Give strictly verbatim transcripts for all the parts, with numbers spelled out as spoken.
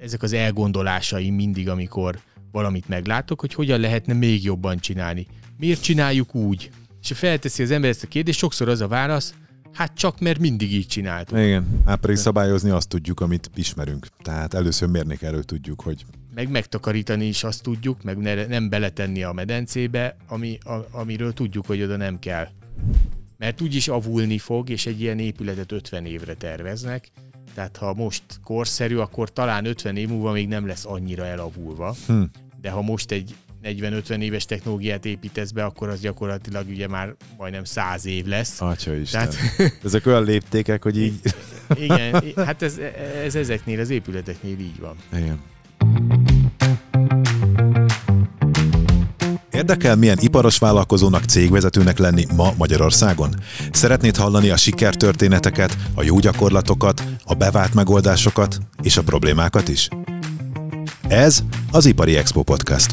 ezek az elgondolásaim mindig, amikor valamit meglátok, hogy hogyan lehetne még jobban csinálni. Miért csináljuk úgy? És ha felteszi az ember ezt a kérdést, sokszor az a válasz, hát csak mert mindig így csináltuk. Igen, hát pedig szabályozni azt tudjuk, amit ismerünk. Tehát először mérni kell, tudjuk, hogy... Meg megtakarítani is azt tudjuk, meg ne, nem beletenni a medencébe, ami, a, amiről tudjuk, hogy oda nem kell. Mert úgyis avulni fog, és egy ilyen épületet ötven évre terveznek. Tehát ha most korszerű, akkor talán ötven év múlva még nem lesz annyira elavulva. Hm. De ha most egy negyven-ötven éves technológiát építesz be, akkor az gyakorlatilag ugye már majdnem száz év lesz. Atyaisten. Tehát... Ezek olyan léptékek, hogy így... Igen, hát ez, ez ezeknél, az épületeknél így van. Igen. Érdekel, milyen iparos vállalkozónak, cégvezetőnek lenni ma Magyarországon? Szeretnéd hallani a sikertörténeteket, a jó gyakorlatokat, a bevált megoldásokat és a problémákat is? Ez az Ipari Expo Podcast.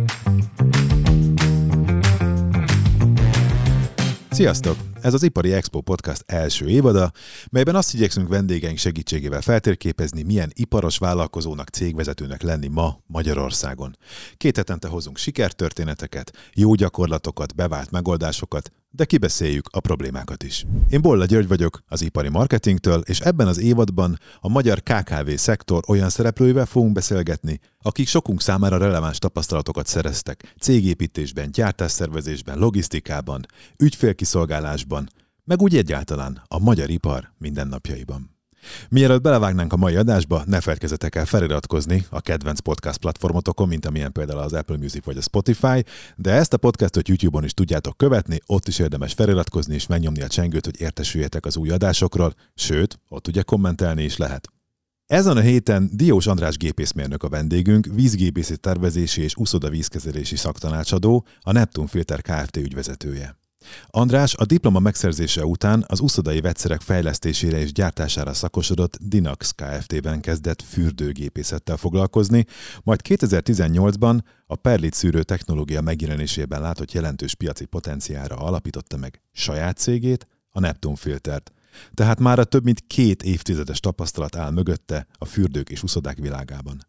Sziasztok! Ez az Ipari Expo Podcast első évada, melyben azt igyekszünk vendégeink segítségével feltérképezni, milyen iparos vállalkozónak, cégvezetőnek lenni ma Magyarországon. Két hetente hozunk sikertörténeteket, jó gyakorlatokat, bevált megoldásokat, de kibeszéljük a problémákat is. Én Bolla György vagyok az Ipari Marketingtől, és ebben az évadban a magyar ká ká vé szektor olyan szereplőivel fogunk beszélgetni, akik sokunk számára releváns tapasztalatokat szereztek cégépítésben, gyártásszervezésben, logisztikában, ügyfélkiszolgálásban, meg úgy egyáltalán a magyar ipar mindennapjaiban. Mielőtt belevágnánk a mai adásba, ne feledkezzetek el feliratkozni a kedvenc podcast platformotokon, mint amilyen például az Apple Music vagy a Spotify, de ezt a podcastot YouTube-on is tudjátok követni, ott is érdemes feliratkozni és megnyomni a csengőt, hogy értesüljetek az új adásokról, sőt, ott ugye kommentelni is lehet. Ezen a héten Diós András gépészmérnök a vendégünk, vízgépészeti tervezési és uszoda vízkezelési szaktanácsadó, a Neptun Filter Kft. Ügyvezetője. András a diploma megszerzése után az uszodai vegyszerek fejlesztésére és gyártására szakosodott Dinax Kft.-ben kezdett fürdőgépészettel foglalkozni, majd kétezer-tizennyolcban a perlit szűrő technológia megjelenésében látott jelentős piaci potenciálra alapította meg saját cégét, a Neptun Filtert. Tehát mára több mint két évtizedes tapasztalat áll mögötte a fürdők és uszodák világában.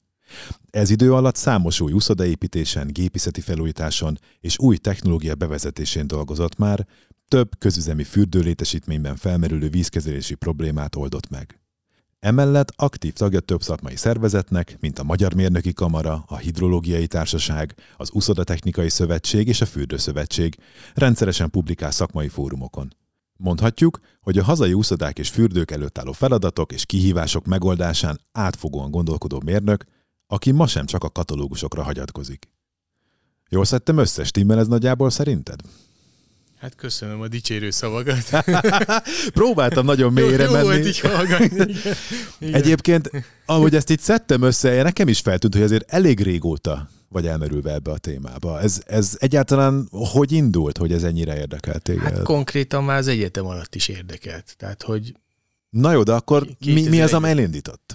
Ez idő alatt számos új uszodaépítésen, gépészeti felújításon és új technológia bevezetésén dolgozott már, több közüzemi fürdőlétesítményben felmerülő vízkezelési problémát oldott meg. Emellett aktív tagja több szakmai szervezetnek, mint a Magyar Mérnöki Kamara, a Hidrológiai Társaság, az Uszodatechnikai Szövetség és a Fürdőszövetség, rendszeresen publikál szakmai fórumokon. Mondhatjuk, hogy a hazai uszodák és fürdők előtt álló feladatok és kihívások megoldásán átfogóan gondolkodó mérnök, aki ma sem csak a katalógusokra hagyatkozik. Jól szedtem össze, stimmel ez nagyjából szerinted? Hát köszönöm a dicsérő szavakat. Próbáltam nagyon mélyre jó, menni. Jó volt így hallgatni. Egyébként, ahogy ezt itt szedtem össze, nekem is feltűnt, hogy azért elég régóta vagy elmerülve ebbe a témába. Ez, ez egyáltalán hogy indult, hogy ez ennyire érdekelt téged? Hát konkrétan már az egyetem alatt is érdekelt. Tehát, hogy... Na jó, de akkor mi, mi az, ami elindított?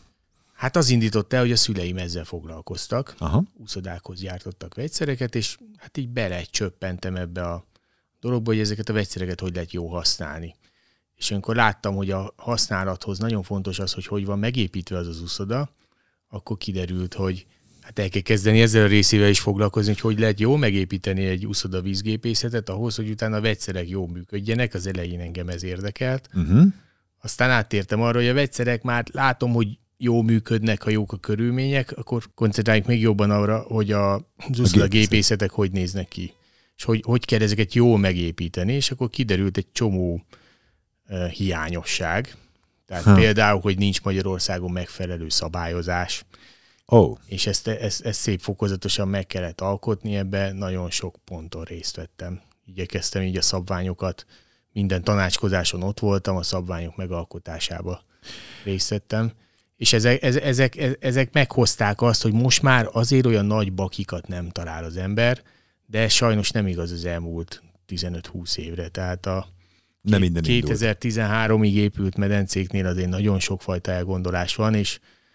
Hát az indított el, hogy a szüleim ezzel foglalkoztak. Aha. Uszodákhoz gyártottak vegyszereket, és hát így belecsöppentem ebbe a dologba, hogy ezeket a vegyszereket hogy lehet jó használni. És amikor láttam, hogy a használathoz nagyon fontos az, hogy hogy van megépítve az az uszoda, akkor kiderült, hogy hát el kell kezdeni ezzel a részével is foglalkozni, hogy hogy lehet jól megépíteni egy uszoda vízgépészetet ahhoz, hogy utána a vegyszerek jól működjenek. Az elején engem ez érdekelt. Uh-huh. Aztán áttértem arra, hogy a vegyszerek már látom, hogy jól működnek, ha jók a körülmények, akkor koncentráljunk még jobban arra, hogy a, az uszoda gépészetek hogy néznek ki. És hogy, hogy kell ezeket jól megépíteni, és akkor kiderült egy csomó uh, hiányosság. Tehát ha. Például, hogy nincs Magyarországon megfelelő szabályozás, oh. és ezt, ezt, ezt szép fokozatosan meg kellett alkotni, ebben nagyon sok ponton részt vettem. Igyekeztem így a szabványokat, minden tanácskozáson ott voltam, a szabványok megalkotásába részt vettem, és ezek, ezek, ezek meghozták azt, hogy most már azért olyan nagy bakikat nem talál az ember, de sajnos nem igaz az elmúlt tizenöt-húsz évre. Tehát a nem kétezer-tizenháromig épült medencéknél azért nagyon sokfajta elgondolás van, és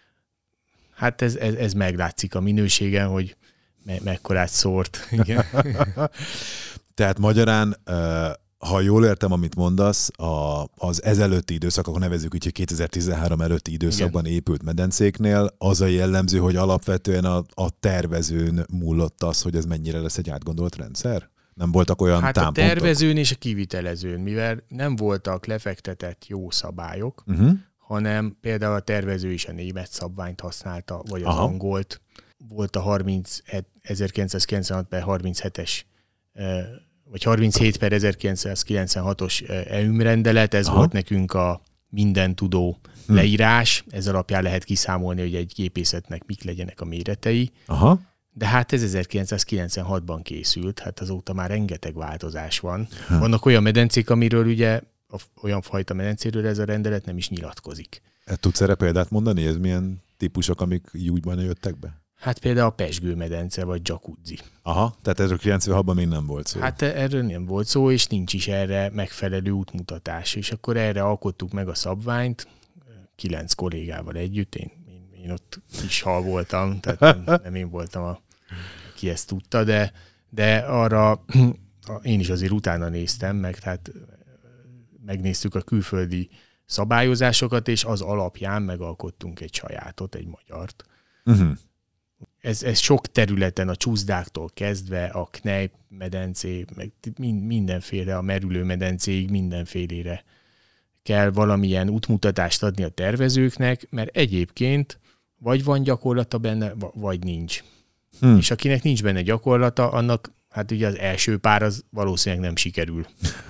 hát ez, ez, ez meglátszik a minőségen, hogy me- mekkorát szórt. Igen. Tehát magyarán ha jól értem, amit mondasz, a, az ezelőtti időszak, akkor nevezzük úgy, hogy kétezer-tizenhárom előtti időszakban igen. épült medencéknél, az a jellemző, hogy alapvetően a, a tervezőn múlott az, hogy ez mennyire lesz egy átgondolt rendszer? Nem voltak olyan hát támpontok? Hát a tervezőn és a kivitelezőn, mivel nem voltak lefektetett jó szabályok, uh-huh. hanem például a tervező is a német szabványt használta, vagy az Aha. angolt. Volt a ezerkilencszázkilencvenhat per harminchetes vagy harminchét per ezerkilencszázkilencvenhatos E U M rendelet, ez Aha. volt nekünk a minden tudó hmm. leírás, ez alapján lehet kiszámolni, hogy egy gépészetnek mik legyenek a méretei. Aha. De hát ez ezerkilencszázkilencvenhatban készült, hát azóta már rengeteg változás van. Ha. Vannak olyan medencék, amiről ugye olyan fajta medencéről ez a rendelet nem is nyilatkozik. Tudsz erre példát mondani? Ez milyen típusok, amik júgyban jöttek be? Hát például a pezsgőmedence, vagy jacuzzi. Aha, tehát erről kilencvenhatban még nem volt szó. Hát erről nem volt szó, és nincs is erre megfelelő útmutatás. És akkor erre alkottuk meg a szabványt, kilenc kollégával együtt, én, én, én ott kis hal voltam, tehát nem, nem én voltam, a, aki ezt tudta, de, de arra én is azért utána néztem meg, tehát megnéztük a külföldi szabályozásokat, és az alapján megalkottunk egy sajátot, egy magyart. Uh-huh. Ez, ez sok területen, a csúszdáktól kezdve, a Kneipp medencé, meg mindenféle, a merülő medencéig mindenfélére kell valamilyen útmutatást adni a tervezőknek, mert egyébként vagy van gyakorlata benne, vagy nincs. Hmm. És akinek nincs benne gyakorlata, annak hát ugye az első pár az valószínűleg nem sikerül.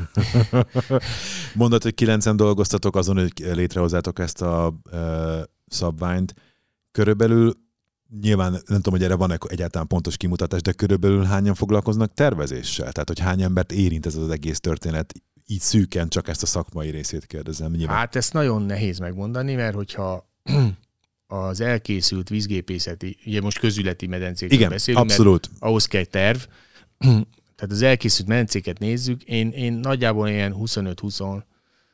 Mondod, hogy kilencen dolgoztatok azon, hogy létrehozzátok ezt a uh, szabványt. Körülbelül nyilván nem tudom, hogy erre van egyáltalán pontos kimutatás, de körülbelül hányan foglalkoznak tervezéssel? Tehát, hogy hány embert érint ez az egész történet? Így szűken csak ezt a szakmai részét kérdezem. Nyilván. Hát ezt nagyon nehéz megmondani, mert hogyha az elkészült vízgépészeti, ugye most közületi medencékről Igen, beszélünk, abszolút. Mert ahhoz kell terv. Tehát az elkészült medencéket nézzük, én, én nagyjából ilyen huszonöt huszonhat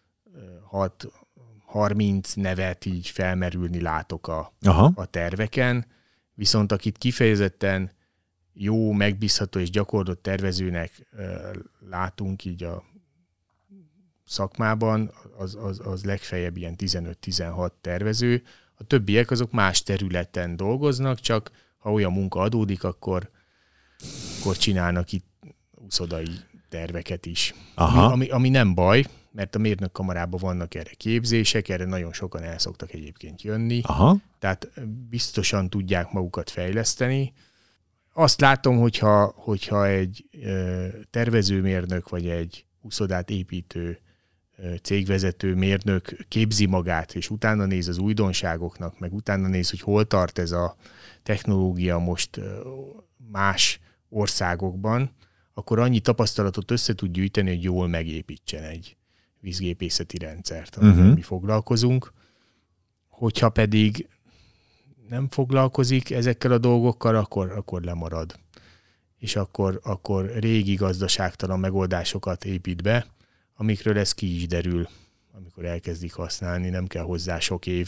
harminc nevet így felmerülni látok a, a terveken, viszont akit kifejezetten jó, megbízható és gyakorlott tervezőnek látunk így a szakmában, az, az, az legfeljebb ilyen tizenöt-tizenhat tervező. A többiek azok más területen dolgoznak, csak ha olyan munka adódik, akkor, akkor csinálnak itt úszodai terveket is. Ami, ami, ami nem baj, mert a mérnökkamarában vannak erre képzések, erre nagyon sokan el szoktak egyébként jönni. Aha. Tehát biztosan tudják magukat fejleszteni. Azt látom, hogyha, hogyha egy ö, tervezőmérnök vagy egy úszodát építő ö, cégvezető mérnök képzi magát, és utána néz az újdonságoknak, meg utána néz, hogy hol tart ez a technológia most ö, más országokban, akkor annyi tapasztalatot össze tud gyűjteni, hogy jól megépítsen egy vízgépészeti rendszert, amivel uh-huh. mi foglalkozunk. Hogyha pedig nem foglalkozik ezekkel a dolgokkal, akkor, akkor lemarad. És akkor, akkor régi gazdaságtalan megoldásokat épít be, amikről ez ki is derül, amikor elkezdik használni, nem kell hozzá sok év.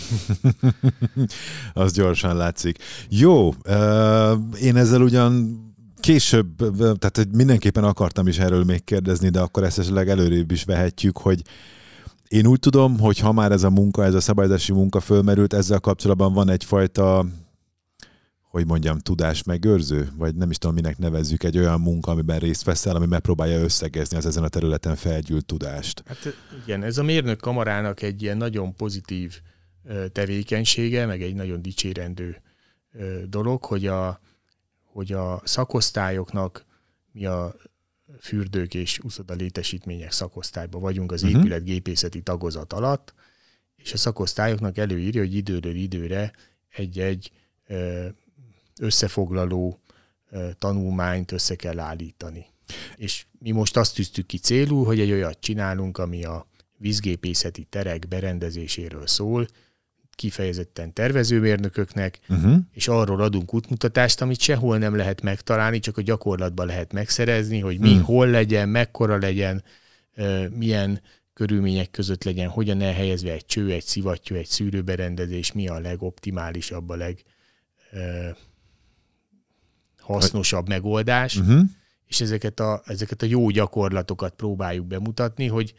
Az gyorsan látszik. Jó, én ezzel ugyan később, tehát mindenképpen akartam is erről még kérdezni, de akkor ezt esetleg előrébb is vehetjük, hogy én úgy tudom, hogy ha már ez a munka, ez a szabályozási munka fölmerült, ezzel kapcsolatban van egyfajta, hogy mondjam, tudásmegőrző, vagy nem is tudom, minek nevezzük, egy olyan munka, amiben részt veszel, ami megpróbálja összegezni az ezen a területen felgyűlt tudást. Hát igen, ez a mérnök kamarának egy ilyen nagyon pozitív tevékenysége, meg egy nagyon dicsérendő dolog, hogy a hogy a szakosztályoknak, mi a fürdők és úszoda létesítmények szakosztályban vagyunk az uh-huh. épületgépészeti tagozat alatt, és a szakosztályoknak előírja, hogy időről időre egy-egy összefoglaló tanulmányt össze kell állítani. És mi most azt tűztük ki célul, hogy egy olyat csinálunk, ami a vízgépészeti terek berendezéséről szól, kifejezetten tervezőmérnököknek, uh-huh. és arról adunk útmutatást, amit sehol nem lehet megtalálni, csak a gyakorlatban lehet megszerezni, hogy mi, uh-huh. hol legyen, mekkora legyen, milyen körülmények között legyen, hogyan elhelyezve egy cső, egy szivattyú, egy szűrőberendezés, mi a legoptimálisabb, a leghasznosabb uh, megoldás, uh-huh. és ezeket a, ezeket a jó gyakorlatokat próbáljuk bemutatni, hogy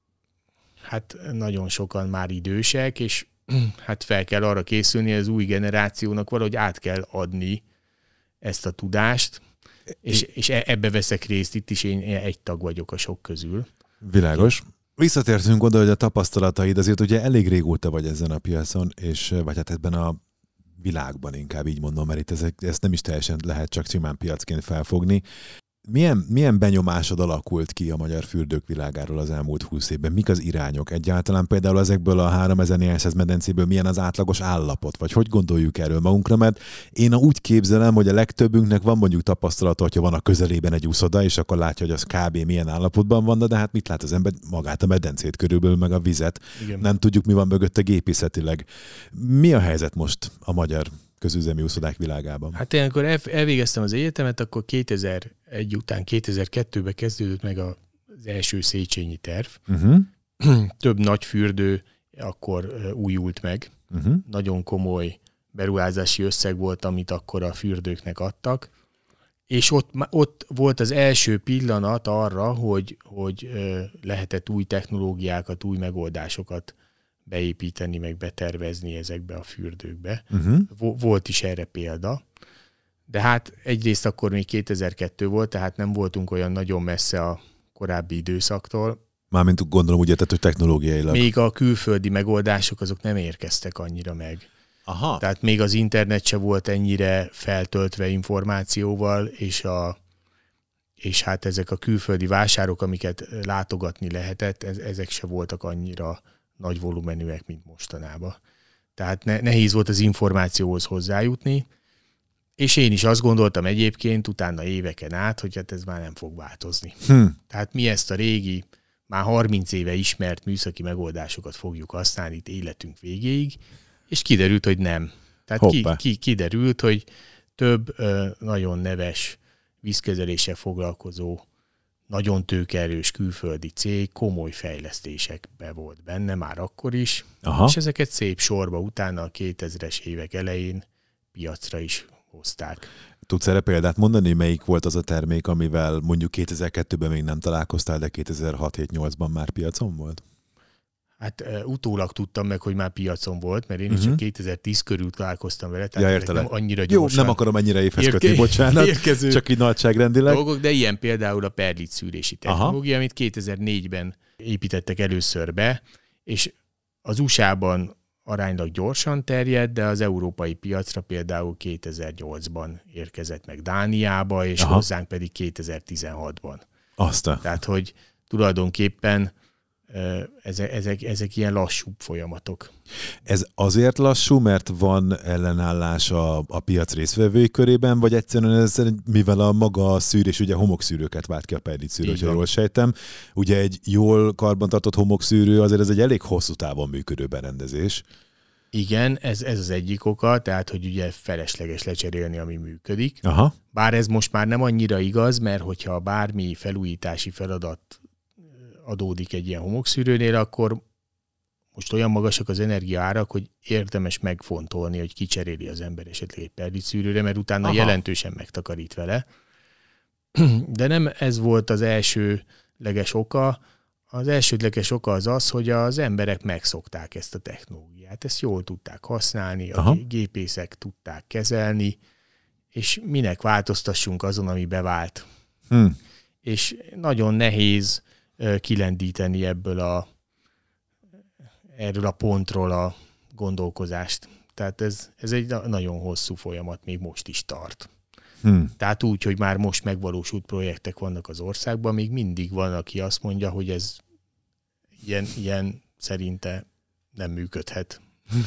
hát nagyon sokan már idősek, és hát fel kell arra készülni, az új generációnak valahogy át kell adni ezt a tudást, és, és ebbe veszek részt, itt is én egy tag vagyok a sok közül. Világos. Visszatértünk oda, hogy a tapasztalataid, azért ugye elég régóta vagy ezen a piacon, és vagy hát ebben a világban inkább így mondom, mert itt ezek, ezt nem is teljesen lehet csak simán piacként felfogni. Milyen, milyen benyomásod alakult ki a magyar fürdők világáról az elmúlt húsz évben? Mik az irányok? Egyáltalán például ezekből a háromezer-négyszáz medencéből milyen az átlagos állapot? Vagy hogy gondoljuk erről magunkra? Mert én úgy képzelem, hogy a legtöbbünknek van mondjuk tapasztalata, hogyha van a közelében egy úszoda, és akkor látja, hogy az kb. Milyen állapotban van, de hát mit lát az ember? Magát a medencét körülbelül, meg a vizet. Igen. Nem tudjuk, mi van mögötte gépészetileg. Mi a helyzet most a magyar közüzemi úszodák világában? Hát én amikor elvégeztem az egyetemet, akkor kétezer-egy után kétezer-kettőben kezdődött meg az első Széchenyi terv. Uh-huh. Több nagy fürdő akkor újult meg. Uh-huh. Nagyon komoly beruházási összeg volt, amit akkor a fürdőknek adtak. És ott, ott volt az első pillanat arra, hogy, hogy lehetett új technológiákat, új megoldásokat beépíteni, meg betervezni ezekbe a fürdőkbe. Uh-huh. Volt is erre példa. De hát egyrészt akkor még kétezer-kettő volt, tehát nem voltunk olyan nagyon messze a korábbi időszaktól. Mármint gondolom úgy érted, hogy technológiailag. Még a külföldi megoldások azok nem érkeztek annyira meg. Aha. Tehát még az internet se volt ennyire feltöltve információval, és, a, és hát ezek a külföldi vásárok, amiket látogatni lehetett, ezek se voltak annyira nagy volumenűek, mint mostanában. Tehát ne, nehéz volt az információhoz hozzájutni, és én is azt gondoltam egyébként utána éveken át, hogy hát ez már nem fog változni. Hm. Tehát mi ezt a régi, már harminc éve ismert műszaki megoldásokat fogjuk használni itt életünk végéig, és kiderült, hogy nem. Tehát ki, ki, kiderült, hogy több ö, nagyon neves vízkezeléssel foglalkozó, nagyon tőkeerős külföldi cég komoly fejlesztésekbe volt benne már akkor is, aha, és ezeket szép sorba utána a kétezres évek elején piacra is hozták. Tudsz erre példát mondani, melyik volt az a termék, amivel mondjuk kétezer-kettőben még nem találkoztál, de kétezer-hat-hét-nyolcban már piacon volt? Hát uh, utólag tudtam meg, hogy már piacon volt, mert én uh-huh. is csak kétezer-tíz körül találkoztam vele, tehát ja, nem annyira gyorsan. Jó, nem akarom ennyire évhez kötni, érke- bocsánat, érkező csak így nagyságrendileg. Dolgok, de ilyen például a perlit szűrési technológia, aha, amit kétezer-négyben építettek először be, és az u es á-ban aránylag gyorsan terjedt, de az európai piacra például kétezer-nyolcban érkezett meg Dániába, és aha, hozzánk pedig kétezer-tizenhatban. Aztán. Tehát, hogy tulajdonképpen Ezek, ezek, ezek ilyen lassú folyamatok. Ez azért lassú, mert van ellenállás a, a piac részvevői körében, vagy egyszerűen ez, mivel a maga a szűrés ugye homokszűrőket vált ki a perlit szűrő, hogyha jól sejtem. Ugye egy jól karbantartott homokszűrő azért ez egy elég hosszú távon működő berendezés. Igen, ez, ez az egyik oka, tehát hogy ugye felesleges lecserélni, ami működik. Aha. Bár ez most már nem annyira igaz, mert hogyha bármi felújítási feladat adódik egy ilyen homokszűrőnél, akkor most olyan magasak az energiaárak, hogy érdemes megfontolni, hogy kicseréli az ember esetleg egy perlitszűrőre, mert utána aha, jelentősen megtakarít vele. De nem ez volt az elsőleges oka. Az elsődleges oka az az, hogy az emberek megszokták ezt a technológiát. Ezt jól tudták használni, aha, a gépészek tudták kezelni, és minek változtassunk azon, ami bevált. Hm. És nagyon nehéz kilendíteni ebből a, erről a pontról a gondolkozást. Tehát ez, ez egy nagyon hosszú folyamat, még most is tart. Hmm. Tehát úgy, hogy már most megvalósult projektek vannak az országban, még mindig van, aki azt mondja, hogy ez ilyen, ilyen szerinte nem működhet.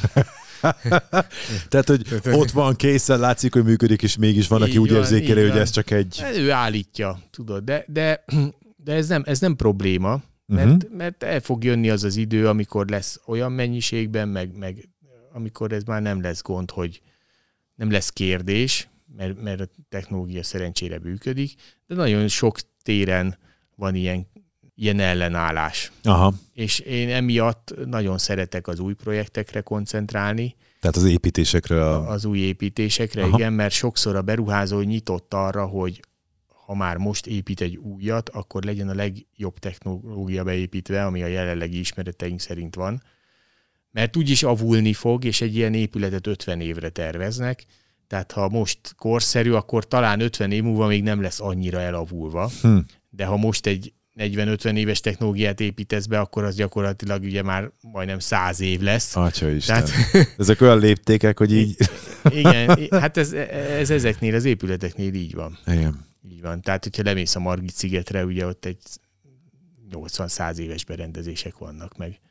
Tehát, hogy ott van készen, látszik, hogy működik, és mégis van, aki úgy érzékeli, hogy ez csak egy... Ő állítja, tudod, de... de De ez nem, ez nem probléma, mert, uh-huh, mert el fog jönni az az idő, amikor lesz olyan mennyiségben, meg, meg amikor ez már nem lesz gond, hogy nem lesz kérdés, mert, mert a technológia szerencsére működik, de nagyon sok téren van ilyen, ilyen ellenállás. Aha. És én emiatt nagyon szeretek az új projektekre koncentrálni. Tehát az építésekre? A... Az új építésekre, aha, igen, mert sokszor a beruházó nyitott arra, hogy ha már most épít egy újat, akkor legyen a legjobb technológia beépítve, ami a jelenlegi ismereteink szerint van. Mert úgyis avulni fog, és egy ilyen épületet ötven évre terveznek, tehát ha most korszerű, akkor talán ötven év múlva még nem lesz annyira elavulva, hm. de ha most egy negyven-ötven éves technológiát építesz be, akkor az gyakorlatilag ugye már majdnem száz év lesz. Atyaisten. Tehát... Ezek olyan léptékek, hogy így... Igen, hát ez, ez ezeknél az épületeknél így van. Igen. Így van. Tehát, hogyha lemész a Margit-szigetre, ugye ott egy nyolcvan-száz éves berendezések vannak meg.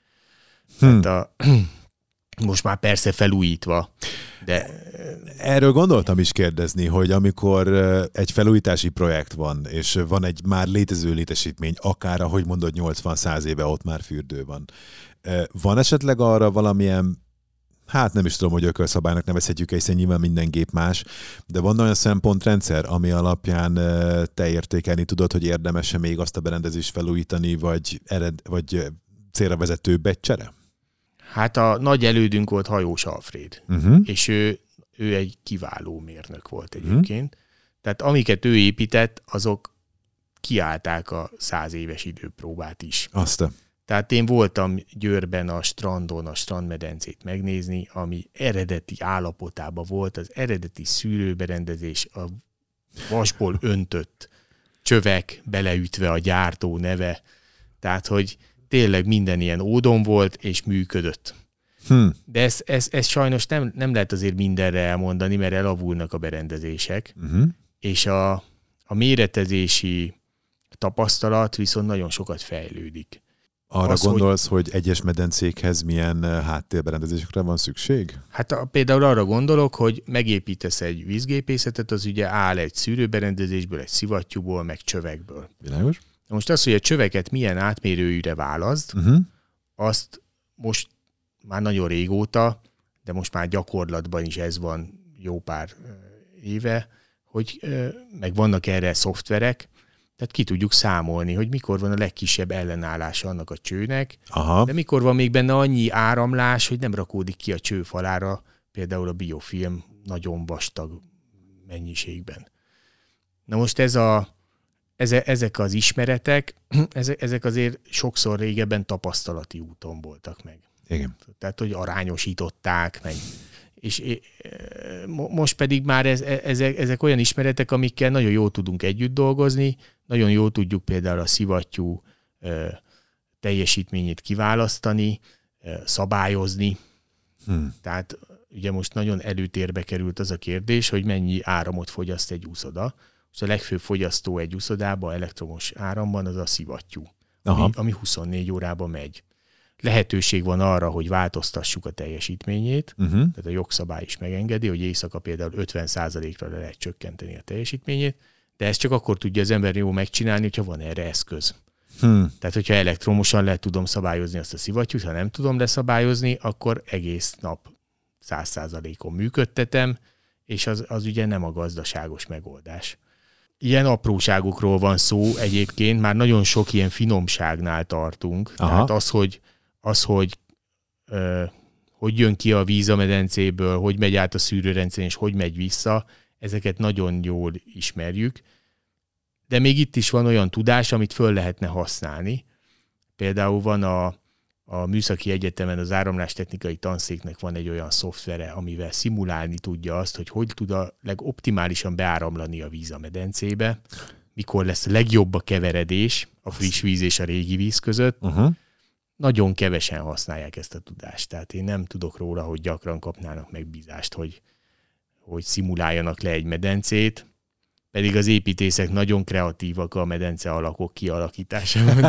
Hm. A, most már persze felújítva, de... Erről gondoltam is kérdezni, hogy amikor egy felújítási projekt van, és van egy már létező létesítmény, akár, ahogy mondod, nyolcvan-száz éve ott már fürdő van. Van esetleg arra valamilyen, hát nem is tudom, hogy ökölszabálynak nevezhetjük, hiszen nyilván minden gép más, de van olyan szempontrendszer, ami alapján te értékelni tudod, hogy érdemes-e még azt a berendezést felújítani, vagy, ered, vagy célra vezetőbb egy csere? Hát a nagy elődünk volt Hajós Alfréd, uh-huh. és ő, ő egy kiváló mérnök volt egyébként. Uh-huh. Tehát amiket ő épített, azok kiállták a száz éves időpróbát is. Azt. Tehát én voltam Győrben a strandon a strandmedencét megnézni, ami eredeti állapotában volt, az eredeti szűrőberendezés, a vasból öntött csövek beleütve a gyártó neve. Tehát, hogy tényleg minden ilyen ódon volt, és működött. Hm. De ez, ez, ez sajnos nem, nem lehet azért mindenre elmondani, mert elavulnak a berendezések, uh-huh. és a, a méretezési tapasztalat viszont nagyon sokat fejlődik. Arra az, gondolsz, hogy... hogy egyes medencékhez milyen háttérberendezésekre van szükség? Hát a, például arra gondolok, hogy megépítesz egy vízgépészetet, az ugye áll egy szűrőberendezésből, egy szivattyúból, meg csövekből. Világos. Most az, hogy a csöveket milyen átmérőjűre válaszd, uh-huh. azt most már nagyon régóta, de most már gyakorlatban is ez van jó pár éve, hogy meg vannak erre szoftverek, tehát ki tudjuk számolni, hogy mikor van a legkisebb ellenállása annak a csőnek, aha. de mikor van még benne annyi áramlás, hogy nem rakódik ki a cső falára, például a biofilm nagyon vastag mennyiségben. Na most ez a ezek az ismeretek, ezek azért sokszor régebben tapasztalati úton voltak meg. Igen. Tehát, hogy arányosították meg. És most pedig már ez, ezek, ezek olyan ismeretek, amikkel nagyon jól tudunk együtt dolgozni, nagyon jól tudjuk például a szivattyú teljesítményét kiválasztani, szabályozni. Hmm. Tehát ugye most nagyon előtérbe került az a kérdés, hogy mennyi áramot fogyaszt egy úszoda. Most a legfőbb fogyasztó egy úszodában elektromos áramban az a szivattyú, ami, ami huszonnégy órában megy. Lehetőség van arra, hogy változtassuk a teljesítményét, uh-huh. tehát a jogszabály is megengedi, hogy éjszaka például ötven százalékra le lehet csökkenteni a teljesítményét, de ezt csak akkor tudja az ember jól megcsinálni, hogyha van erre eszköz. Hmm. Tehát, hogyha elektromosan le tudom szabályozni azt a szivattyút, ha nem tudom leszabályozni, akkor egész nap száz százalékon működtetem, és az, az ugye nem a gazdaságos megoldás. Ilyen apróságokról van szó egyébként, már nagyon sok ilyen finomságnál tartunk. Aha. Tehát az, hogy, az, hogy ö, hogy jön ki a víz a medencéből, hogy megy át a szűrőrendszeren, és hogy megy vissza, ezeket nagyon jól ismerjük. De még itt is van olyan tudás, amit föl lehetne használni. Például van a, a Műszaki Egyetemen az áramlástechnikai tanszéknek van egy olyan szoftvere, amivel szimulálni tudja azt, hogy hogy tud a legoptimálisan beáramlani a víz a medencébe, mikor lesz a legjobb a keveredés a friss víz és a régi víz között. Uh-huh. Nagyon kevesen használják ezt a tudást. Tehát én nem tudok róla, hogy gyakran kapnának megbízást, hogy, hogy szimuláljanak le egy medencét, pedig az építészek nagyon kreatívak a medence alakok kialakításában.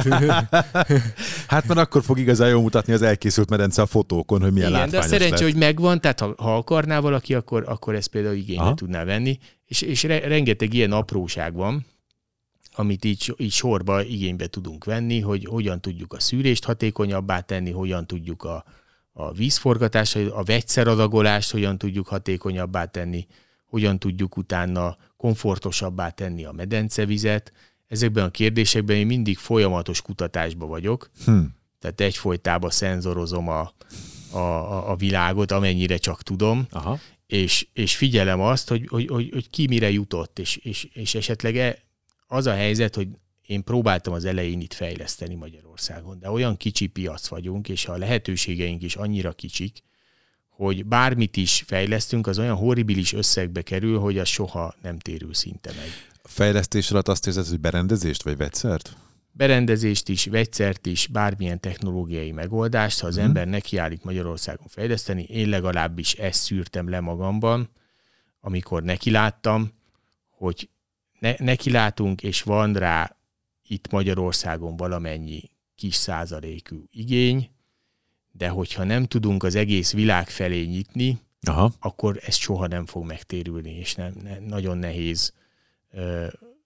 Hát már akkor fog igazán jól mutatni az elkészült medence a fotókon, hogy milyen igen, látványos de a szerencsé, lett. hogy megvan, tehát ha, ha akarná valaki, akkor, akkor ezt például igénybe aha. tudná venni, és, és re, rengeteg ilyen apróság van, amit így, így sorba igénybe tudunk venni, hogy hogyan tudjuk a szűrést hatékonyabbá tenni, hogyan tudjuk a, a vízforgatást, a vegyszeradagolást hogyan tudjuk hatékonyabbá tenni, hogyan tudjuk utána komfortosabbá tenni a medencevizet. Ezekben a kérdésekben én mindig folyamatos kutatásban vagyok, hm. tehát egyfolytában szenzorozom a, a, a világot, amennyire csak tudom, aha. És, és figyelem azt, hogy, hogy, hogy, hogy ki mire jutott, és, és, és esetleg e, az a helyzet, hogy én próbáltam az elején itt fejleszteni Magyarországon, de olyan kicsi piac vagyunk, és a lehetőségeink is annyira kicsik, hogy bármit is fejlesztünk, az olyan horribilis összegbe kerül, hogy az soha nem térül szinte meg. A fejlesztés alatt azt érzed, hogy berendezést vagy vegyszert? Berendezést is, vegyszert is, bármilyen technológiai megoldást, ha az hmm. ember nekiállít Magyarországon fejleszteni, én legalábbis ezt szűrtem le magamban, amikor nekiláttam, hogy ne, nekilátunk, és van rá itt Magyarországon valamennyi kis százalékú igény, de hogyha nem tudunk az egész világ felé nyitni, aha, akkor ez soha nem fog megtérülni, és nem, ne, nagyon nehéz ö,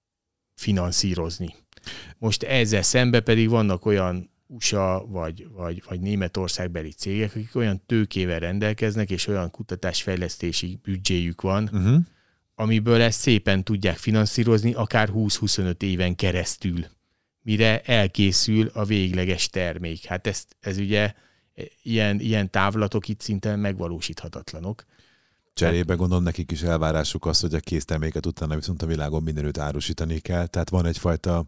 finanszírozni. Most ezzel szemben pedig vannak olyan u es á vagy, vagy, vagy Németországbeli cégek, akik olyan tőkével rendelkeznek, és olyan kutatásfejlesztési büdzséjük van, uh-huh. amiből ezt szépen tudják finanszírozni, akár húsz-huszonöt éven keresztül, mire elkészül a végleges termék. Hát ezt, ez ugye ilyen, ilyen távlatok itt szinte megvalósíthatatlanok. Cserébe gondolom, nekik is elvárásuk az, hogy a kész terméket utána viszont a világon mindenütt árusítani kell. Tehát van egyfajta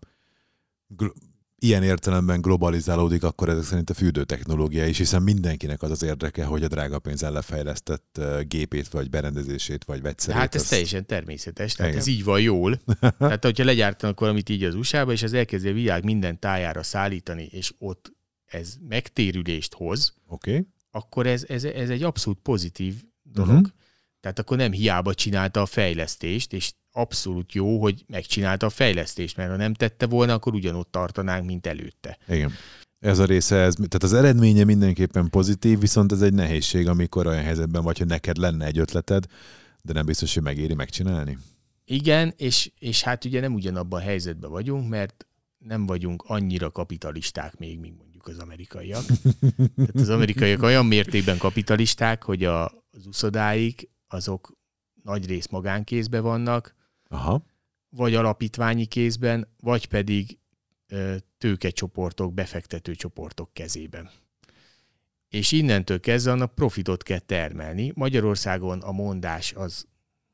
gl- ilyen értelemben globalizálódik akkor ezek szerint a fürdőtechnológia is, hiszen mindenkinek az az érdeke, hogy a drága pénzzel lefejlesztett gépét, vagy berendezését, vagy vegyszerét. Hát ez az... teljesen természetes, tehát igen. Ez így van jól. Tehát, hogyha legyártanak valamit így az u es á-ba, és az elkezdi a világ minden tájára szállítani, és ott ez megtérülést hoz, okay. akkor ez, ez, ez egy abszolút pozitív dolog. Uh-huh. Tehát akkor nem hiába csinálta a fejlesztést, és abszolút jó, hogy megcsinálta a fejlesztést, mert ha nem tette volna, akkor ugyanott tartanánk, mint előtte. Igen. Ez a része, ez, tehát az eredménye mindenképpen pozitív, viszont ez egy nehézség, amikor olyan helyzetben vagy, hogy neked lenne egy ötleted, de nem biztos, hogy megéri megcsinálni. Igen, és, és hát ugye nem ugyanabban a helyzetben vagyunk, mert nem vagyunk annyira kapitalisták még, mint mondjuk az amerikaiak. Tehát az amerikaiak olyan mértékben kapitalisták, hogy a, az uszodáik azok nagy rész magánkézben vannak, aha. vagy alapítványi kézben, vagy pedig ö, tőkecsoportok, befektető csoportok kezében. És innentől kezdve annak profitot kell termelni. Magyarországon a mondás az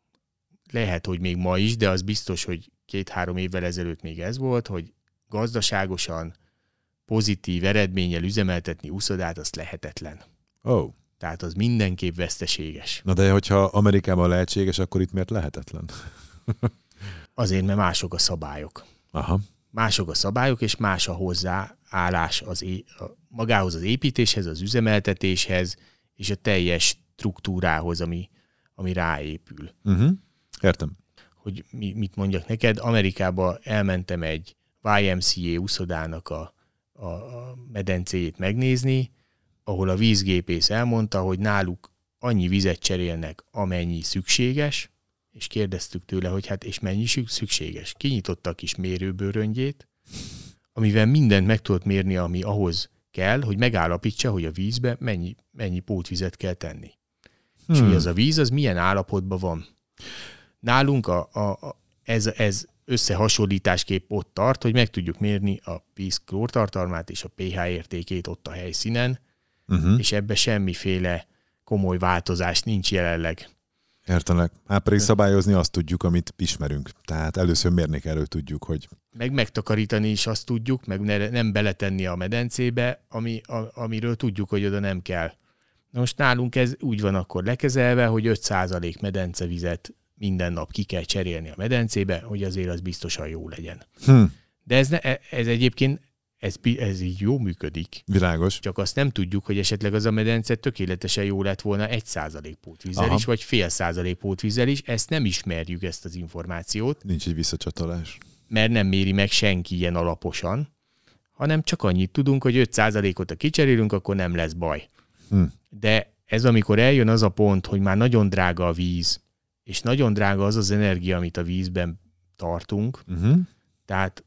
lehet, hogy még ma is, de az biztos, hogy két-három évvel ezelőtt még ez volt, hogy gazdaságosan pozitív eredménnyel üzemeltetni uszodát, az lehetetlen. Oh. Tehát az mindenképp veszteséges. Na de hogyha Amerikában lehetséges, akkor itt miért lehetetlen? Azért, mert mások a szabályok. Aha. Mások a szabályok, és más a hozzáállás az é- a magához az építéshez, az üzemeltetéshez, és a teljes struktúrához, ami, ami ráépül. Uh-huh. Értem. Hogy mi, mit mondjak neked, Amerikába elmentem egy Y M C A uszodának a, a, a medencéjét megnézni, ahol a vízgépész elmondta, hogy náluk annyi vizet cserélnek, amennyi szükséges, és kérdeztük tőle, hogy hát és mennyi szükséges. Kinyitotta a kis mérőbőröngyét, amivel mindent meg tudott mérni, ami ahhoz kell, hogy megállapítsa, hogy a vízbe mennyi, mennyi pótvizet kell tenni. Hmm. És hogy az a víz, az milyen állapotban van. Nálunk a, a, a, ez, ez összehasonlításképp ott tart, hogy meg tudjuk mérni a víz klórtartalmát és a pH értékét ott a helyszínen, uh-huh. és ebbe semmiféle komoly változás nincs jelenleg. Értelek. Hát pedig szabályozni azt tudjuk, amit ismerünk. Tehát először mérni kell, hogy tudjuk, hogy... Meg megtakarítani is azt tudjuk, meg ne, nem beletenni a medencébe, ami, a, amiről tudjuk, hogy oda nem kell. Na most nálunk ez úgy van akkor lekezelve, hogy öt százalék medencevizet minden nap ki kell cserélni a medencébe, hogy azért az biztosan jó legyen. Hm. De ez, ne, ez egyébként ez, ez így jó működik. Világos. Csak azt nem tudjuk, hogy esetleg az a medence tökéletesen jó lett volna egy százalék pótvízzel Aha. is, vagy fél százalék pótvízzel is. Ezt nem ismerjük, ezt az információt. Nincs egy visszacsatolás. Mert nem méri meg senki ilyen alaposan, hanem csak annyit tudunk, hogy öt százalékot ha kicserélünk, akkor nem lesz baj. Hm. De ez amikor eljön az a pont, hogy már nagyon drága a víz, és nagyon drága az az energia, amit a vízben tartunk. Uh-huh. Tehát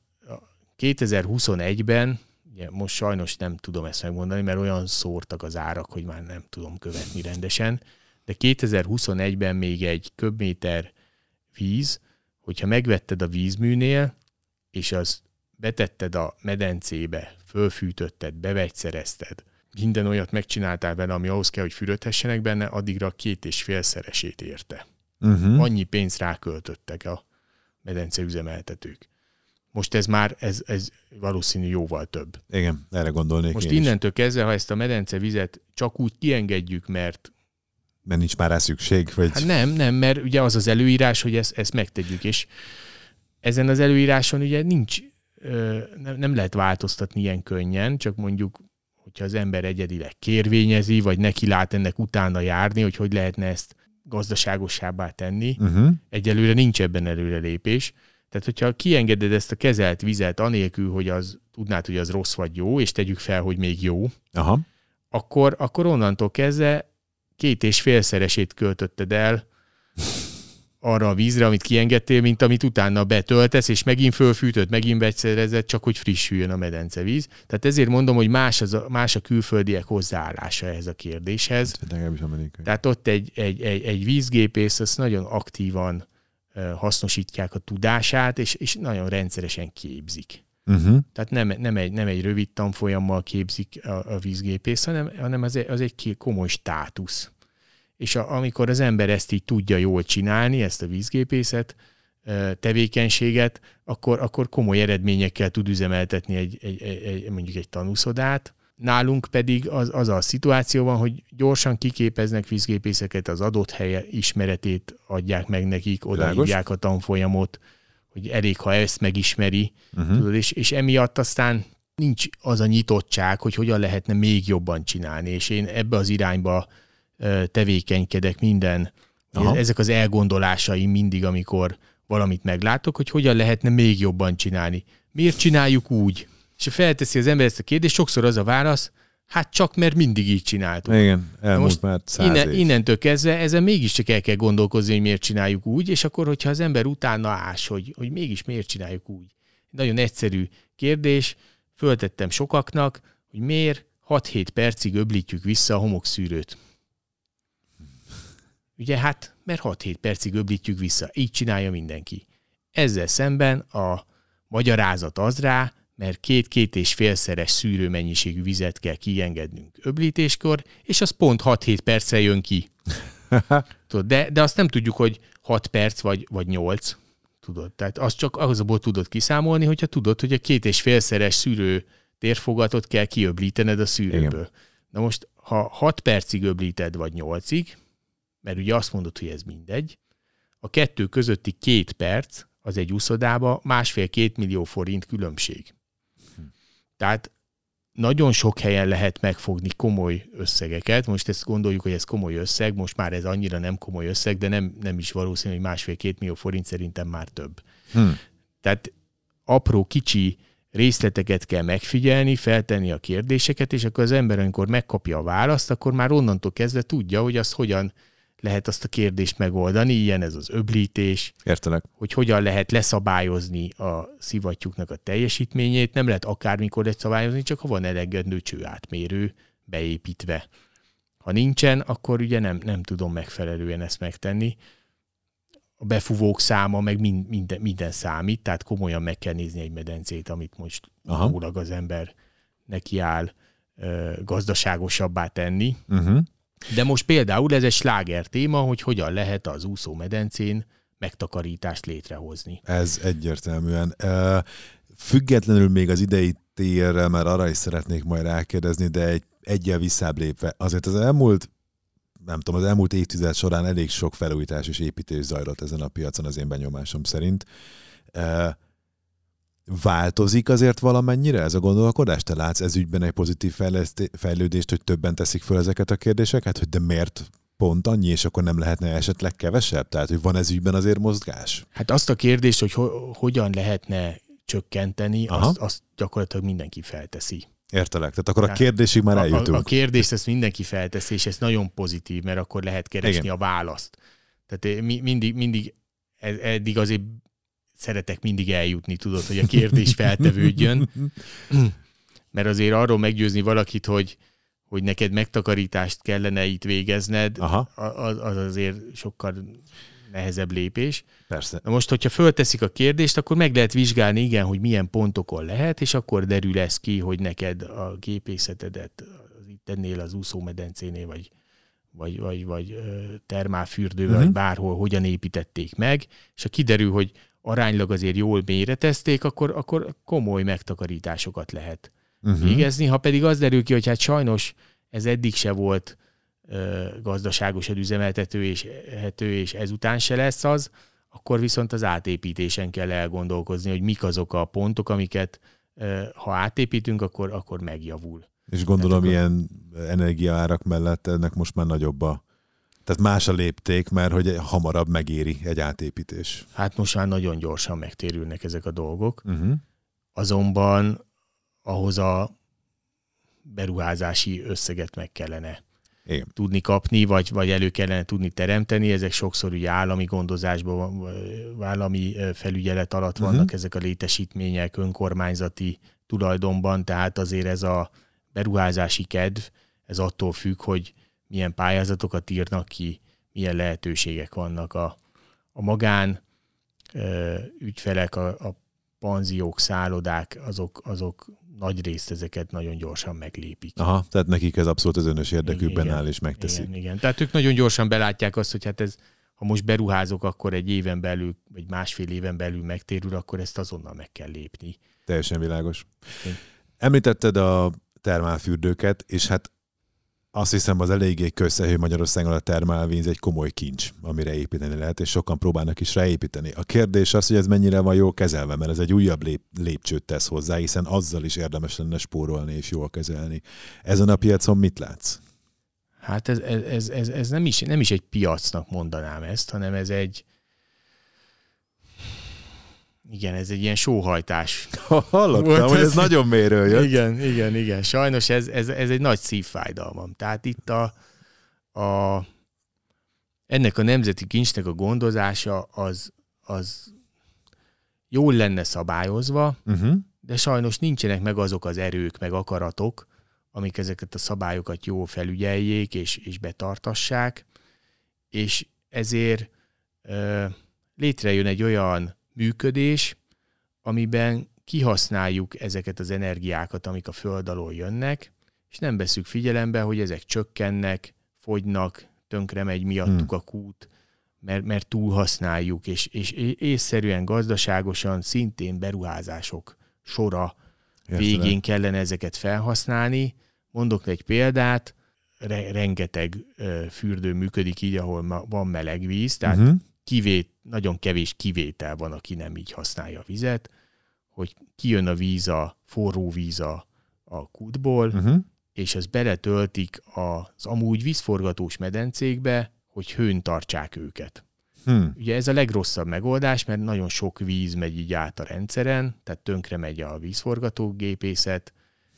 kétezer-huszonegyben, ugye most sajnos nem tudom ezt megmondani, mert olyan szórtak az árak, hogy már nem tudom követni rendesen, de kétezer-huszonegyben még egy köbméter víz, hogyha megvetted a vízműnél, és azt betetted a medencébe, fölfűtötted, bevegyszerezted, minden olyat megcsináltál benne, ami ahhoz kell, hogy fürödhessenek benne, addigra két és félszeresét érte. Uh-huh. Annyi pénzt ráköltöttek a medence üzemeltetők. Most ez már, ez, ez valószínű jóval több. Igen, erre gondolnék. Most innentől is. Kezdve, ha ezt a medencevizet csak úgy kiengedjük, mert... Mert nincs már rá szükség? Vagy... Hát nem, nem, mert ugye az az előírás, hogy ezt, ezt megtegyük, és ezen az előíráson ugye nincs, nem, nem lehet változtatni ilyen könnyen, csak mondjuk, hogyha az ember egyedileg kérvényezi, vagy neki lát ennek utána járni, hogy hogy lehetne ezt gazdaságosabbá tenni. Uh-huh. Egyelőre nincs ebben előrelépés. Tehát, hogyha kiengeded ezt a kezelt vizet anélkül, hogy az tudnád, hogy az rossz vagy jó, és tegyük fel, hogy még jó, Aha. Akkor, akkor onnantól kezdve két és félszeresét költötted el arra a vízre, amit kiengedtél, mint amit utána betöltesz, és megint fölfűtöd, megint vegyszerezed, csak hogy frissüljön a medencevíz. Tehát ezért mondom, hogy más, az a, más a külföldiek hozzáállása ehhez a kérdéshez. Tehát ott egy, egy, egy, egy vízgépész azt nagyon aktívan uh, hasznosítják a tudását, és, és nagyon rendszeresen képzik. Uh-huh. Tehát nem, nem, egy, nem egy rövid tanfolyammal képzik a, a vízgépész, hanem, hanem az, egy, az egy komoly státusz. És a, amikor az ember ezt így tudja jól csinálni, ezt a vízgépészet, tevékenységet, akkor, akkor komoly eredményekkel tud üzemeltetni egy, egy, egy, mondjuk egy tanúszodát. Nálunk pedig az, az a szituáció van, hogy gyorsan kiképeznek vízgépészeket, az adott helye ismeretét adják meg nekik, odaadják a tanfolyamot, hogy elég, ha ezt megismeri, uh-huh. tudod, és, és emiatt aztán nincs az a nyitottság, hogy hogyan lehetne még jobban csinálni, és én ebbe az irányba tevékenykedek minden. Aha. Ezek az elgondolásaim mindig, amikor valamit meglátok, hogy hogyan lehetne még jobban csinálni. Miért csináljuk úgy? És ha felteszi az ember ezt a kérdést, sokszor az a válasz, hát csak mert mindig így csináltuk. Igen, elmúlt már száz innen, év. Innentől kezdve ezen mégiscsak el kell gondolkozni, hogy miért csináljuk úgy, és akkor, hogyha az ember utána ás, hogy, hogy mégis miért csináljuk úgy. Nagyon egyszerű kérdés, föltettem sokaknak, hogy miért hat-hét percig öblítjük vissza a homokszűrőt. Ugye hát, mert hat-hét percig öblítjük vissza. Így csinálja mindenki. Ezzel szemben a magyarázat az rá, mert két-két és félszeres szűrőmennyiségű vizet kell kiengednünk öblítéskor, és az pont hat-hét perccel jön ki. Tudod, de, de azt nem tudjuk, hogy hat perc vagy, vagy nyolc. Tudod, tehát azt csak azból tudod kiszámolni, hogyha tudod, hogy a két és félszeres szűrő térfogatot kell kiöblítened a szűrőből. Igen. Na most, ha hat percig öblíted, vagy nyolcig, mert ugye azt mondod, hogy ez mindegy, a kettő közötti két perc az egy úszodába másfél-két millió forint különbség. Hm. Tehát nagyon sok helyen lehet megfogni komoly összegeket. Most ezt gondoljuk, hogy ez komoly összeg, most már ez annyira nem komoly összeg, de nem, nem is valószínű, hogy másfél-két millió forint szerintem már több. Hm. Tehát apró, kicsi részleteket kell megfigyelni, feltenni a kérdéseket, és akkor az ember, amikor megkapja a választ, akkor már onnantól kezdve tudja, hogy azt hogyan lehet azt a kérdést megoldani, ilyen ez az öblítés. Értelek. Hogy hogyan lehet leszabályozni a szivattyúknak a teljesítményét. Nem lehet akármikor leszabályozni, csak ha van elegendő csőátmérő beépítve. Ha nincsen, akkor ugye nem, nem tudom megfelelően ezt megtenni. A befúvók száma, meg mind, minden, minden számít, tehát komolyan meg kell nézni egy medencét, amit most utólag az ember nekiáll ö, gazdaságosabbá tenni. Uh-huh. De most például ez egy sláger téma, hogy hogyan lehet az úszómedencén megtakarítást létrehozni. Ez egyértelműen. Függetlenül még az idei térrel, mert arra is szeretnék majd rákérdezni, de egy egyel visszább lépve. Azért az elmúlt, nem tudom, az elmúlt évtized során elég sok felújítás és építés zajlott ezen a piacon, az én benyomásom szerint. Változik azért valamennyire ez a gondolkodás? Te látsz ez ügyben egy pozitív fejlődést, hogy többen teszik föl ezeket a kérdéseket, hogy de miért pont annyi, és akkor nem lehetne esetleg kevesebb? Tehát, hogy van ez ügyben azért mozgás? Hát azt a kérdést, hogy ho- hogyan lehetne csökkenteni, azt, azt gyakorlatilag mindenki felteszi. Értelek. Tehát akkor a kérdésig már eljutunk. A, a kérdést ezt mindenki felteszi, és ez nagyon pozitív, mert akkor lehet keresni Igen. a választ. Tehát mindig, mindig eddig azért szeretek mindig eljutni, tudod, hogy a kérdés feltevődjön. Mert azért arról meggyőzni valakit, hogy, hogy neked megtakarítást kellene itt végezned, az, az azért sokkal nehezebb lépés. Persze. Na most, hogyha fölteszik a kérdést, akkor meg lehet vizsgálni, igen, hogy milyen pontokon lehet, és akkor derül ez ki, hogy neked a gépészetedet az itt ennél az úszómedencénél, vagy vagy, vagy, vagy termálfürdővel, uh-huh. vagy bárhol hogyan építették meg, és ha kiderül, hogy aránylag azért jól méretezték, akkor, akkor komoly megtakarításokat lehet uh-huh. végezni. Ha pedig az derül ki, hogy hát sajnos ez eddig se volt ö, gazdaságosan üzemeltető és, és ezután se lesz az, akkor viszont az átépítésen kell elgondolkozni, hogy mik azok a pontok, amiket ö, ha átépítünk, akkor, akkor megjavul. És gondolom, Tehát, ilyen energiaárak mellett ennek most már nagyobb a... Tehát más a lépték, mert hogy hamarabb megéri egy átépítés. Hát most már nagyon gyorsan megtérülnek ezek a dolgok. Uh-huh. Azonban ahhoz a beruházási összeget meg kellene Igen. tudni kapni, vagy, vagy elő kellene tudni teremteni. Ezek sokszor ugye állami gondozásban, állami felügyelet alatt vannak uh-huh. ezek a létesítmények, önkormányzati tulajdonban, tehát azért ez a beruházási kedv, ez attól függ, hogy milyen pályázatokat írnak ki, milyen lehetőségek vannak a, a magán ö, ügyfelek, a, a panziók, szállodák, azok, azok nagy részt ezeket nagyon gyorsan meglépik. Aha, tehát nekik ez abszolút az önös érdekükben igen, áll és megteszi. Igen, igen. Tehát ők nagyon gyorsan belátják azt, hogy hát ez, ha most beruházok, akkor egy éven belül, vagy másfél éven belül megtérül, akkor ezt azonnal meg kell lépni. Teljesen világos. Igen. Említetted a termálfürdőket, és hát azt hiszem, az eléggé közszerű Magyarországon a termálvíz egy komoly kincs, amire építeni lehet, és sokan próbálnak is ráépíteni. A kérdés az, hogy ez mennyire van jól kezelve, mert ez egy újabb lép, lépcsőt tesz hozzá, hiszen azzal is érdemes lenne spórolni és jól kezelni. Ezen a piacon mit látsz? Hát ez, ez, ez, ez nem, is, nem is egy piacnak mondanám ezt, hanem ez egy igen, ez egy ilyen sóhajtás. Hallottam, hogy ez nagyon mélyről jött. Igen, igen, igen. Sajnos ez, ez, ez egy nagy szívfájdalmam. Tehát itt a, a ennek a nemzeti kincsnek a gondozása az, az jól lenne szabályozva, uh-huh. de sajnos nincsenek meg azok az erők, meg akaratok, amik ezeket a szabályokat jól felügyeljék és, és betartassák, és ezért ö, létrejön egy olyan működés, amiben kihasználjuk ezeket az energiákat, amik a föld alól jönnek, és nem veszük figyelembe, hogy ezek csökkennek, fogynak, tönkre megy miattuk hmm. a kút, mert, mert túlhasználjuk, és, és észszerűen, gazdaságosan szintén beruházások sora Értelem. végén kellene ezeket felhasználni. Mondok egy példát, re- rengeteg uh, fürdő működik így, ahol ma van meleg víz, tehát uh-huh. kivét, nagyon kevés kivétel van, aki nem így használja a vizet, hogy kijön a víz, a forró víz a, a kútból, uh-huh. és az beletöltik az amúgy vízforgatós medencékbe, hogy hőn tartsák őket. Hmm. Ugye ez a legrosszabb megoldás, mert nagyon sok víz megy így át a rendszeren, tehát tönkre megy a vízforgatógépészet,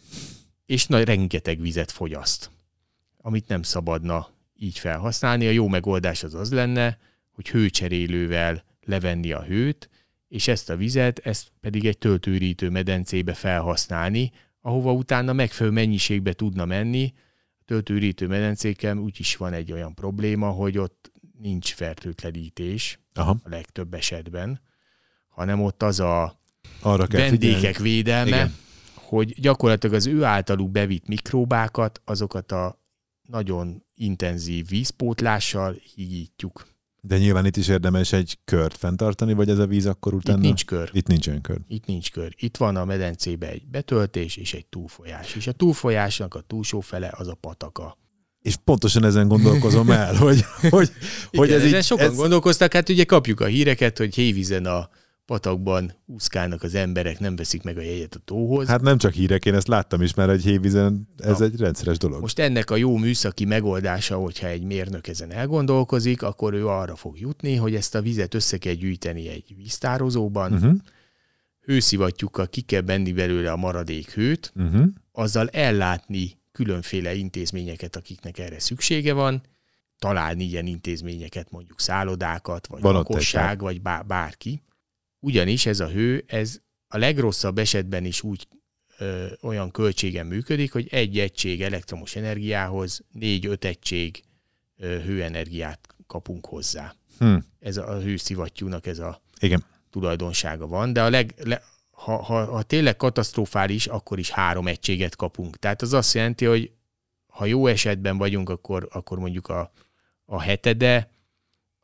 és nagy, rengeteg vizet fogyaszt, amit nem szabadna így felhasználni. A jó megoldás az az lenne, hogy hőcserélővel levenni a hőt, és ezt a vizet, ezt pedig egy töltőürítő medencébe felhasználni, ahova utána megfelelő mennyiségbe tudna menni. A töltőürítő medencéken úgyis van egy olyan probléma, hogy ott nincs fertőtlenítés Aha. a legtöbb esetben, hanem ott az a Arra vendégek figyelni. védelme, Igen. hogy gyakorlatilag az ő általuk bevitt mikróbákat, azokat a nagyon intenzív vízpótlással higítjuk. De nyilván itt is érdemes egy kört fenntartani, vagy ez a víz akkor utána? Itt nincs kör. Itt nincsen kör. Itt nincs kör. Itt van a medencébe egy betöltés és egy túlfolyás. És a túlfolyásnak a túlsó fele az a pataka. És pontosan ezen gondolkozom el, hogy, hogy, Igen, hogy ez így... sokan ez... gondolkoztak, hát ugye kapjuk a híreket, hogy hévízen a patakban úszkálnak az emberek, nem veszik meg a jegyet a tóhoz. Hát nem csak hírek, én ezt láttam is már, hogy hévízen ez Na, egy rendszeres dolog. Most ennek a jó műszaki megoldása, hogyha egy mérnök ezen elgondolkozik, akkor ő arra fog jutni, hogy ezt a vizet össze kell gyűjteni egy víztározóban, uh-huh. hőszivattyúkkal ki kell benni belőle a maradék hőt, uh-huh. azzal ellátni különféle intézményeket, akiknek erre szüksége van, találni ilyen intézményeket, mondjuk szállodákat, vagy lakosság, vagy bár, bárki. Ugyanis ez a hő, ez a legrosszabb esetben is úgy ö, olyan költségen működik, hogy egy egység elektromos energiához négy-öt egység ö, hőenergiát kapunk hozzá. Hmm. Ez a, a hőszivattyúnak ez a Igen. tulajdonsága van, de a leg, le, ha, ha, ha tényleg katasztrofális, akkor is három egységet kapunk. Tehát az azt jelenti, hogy ha jó esetben vagyunk, akkor, akkor mondjuk a, a hetede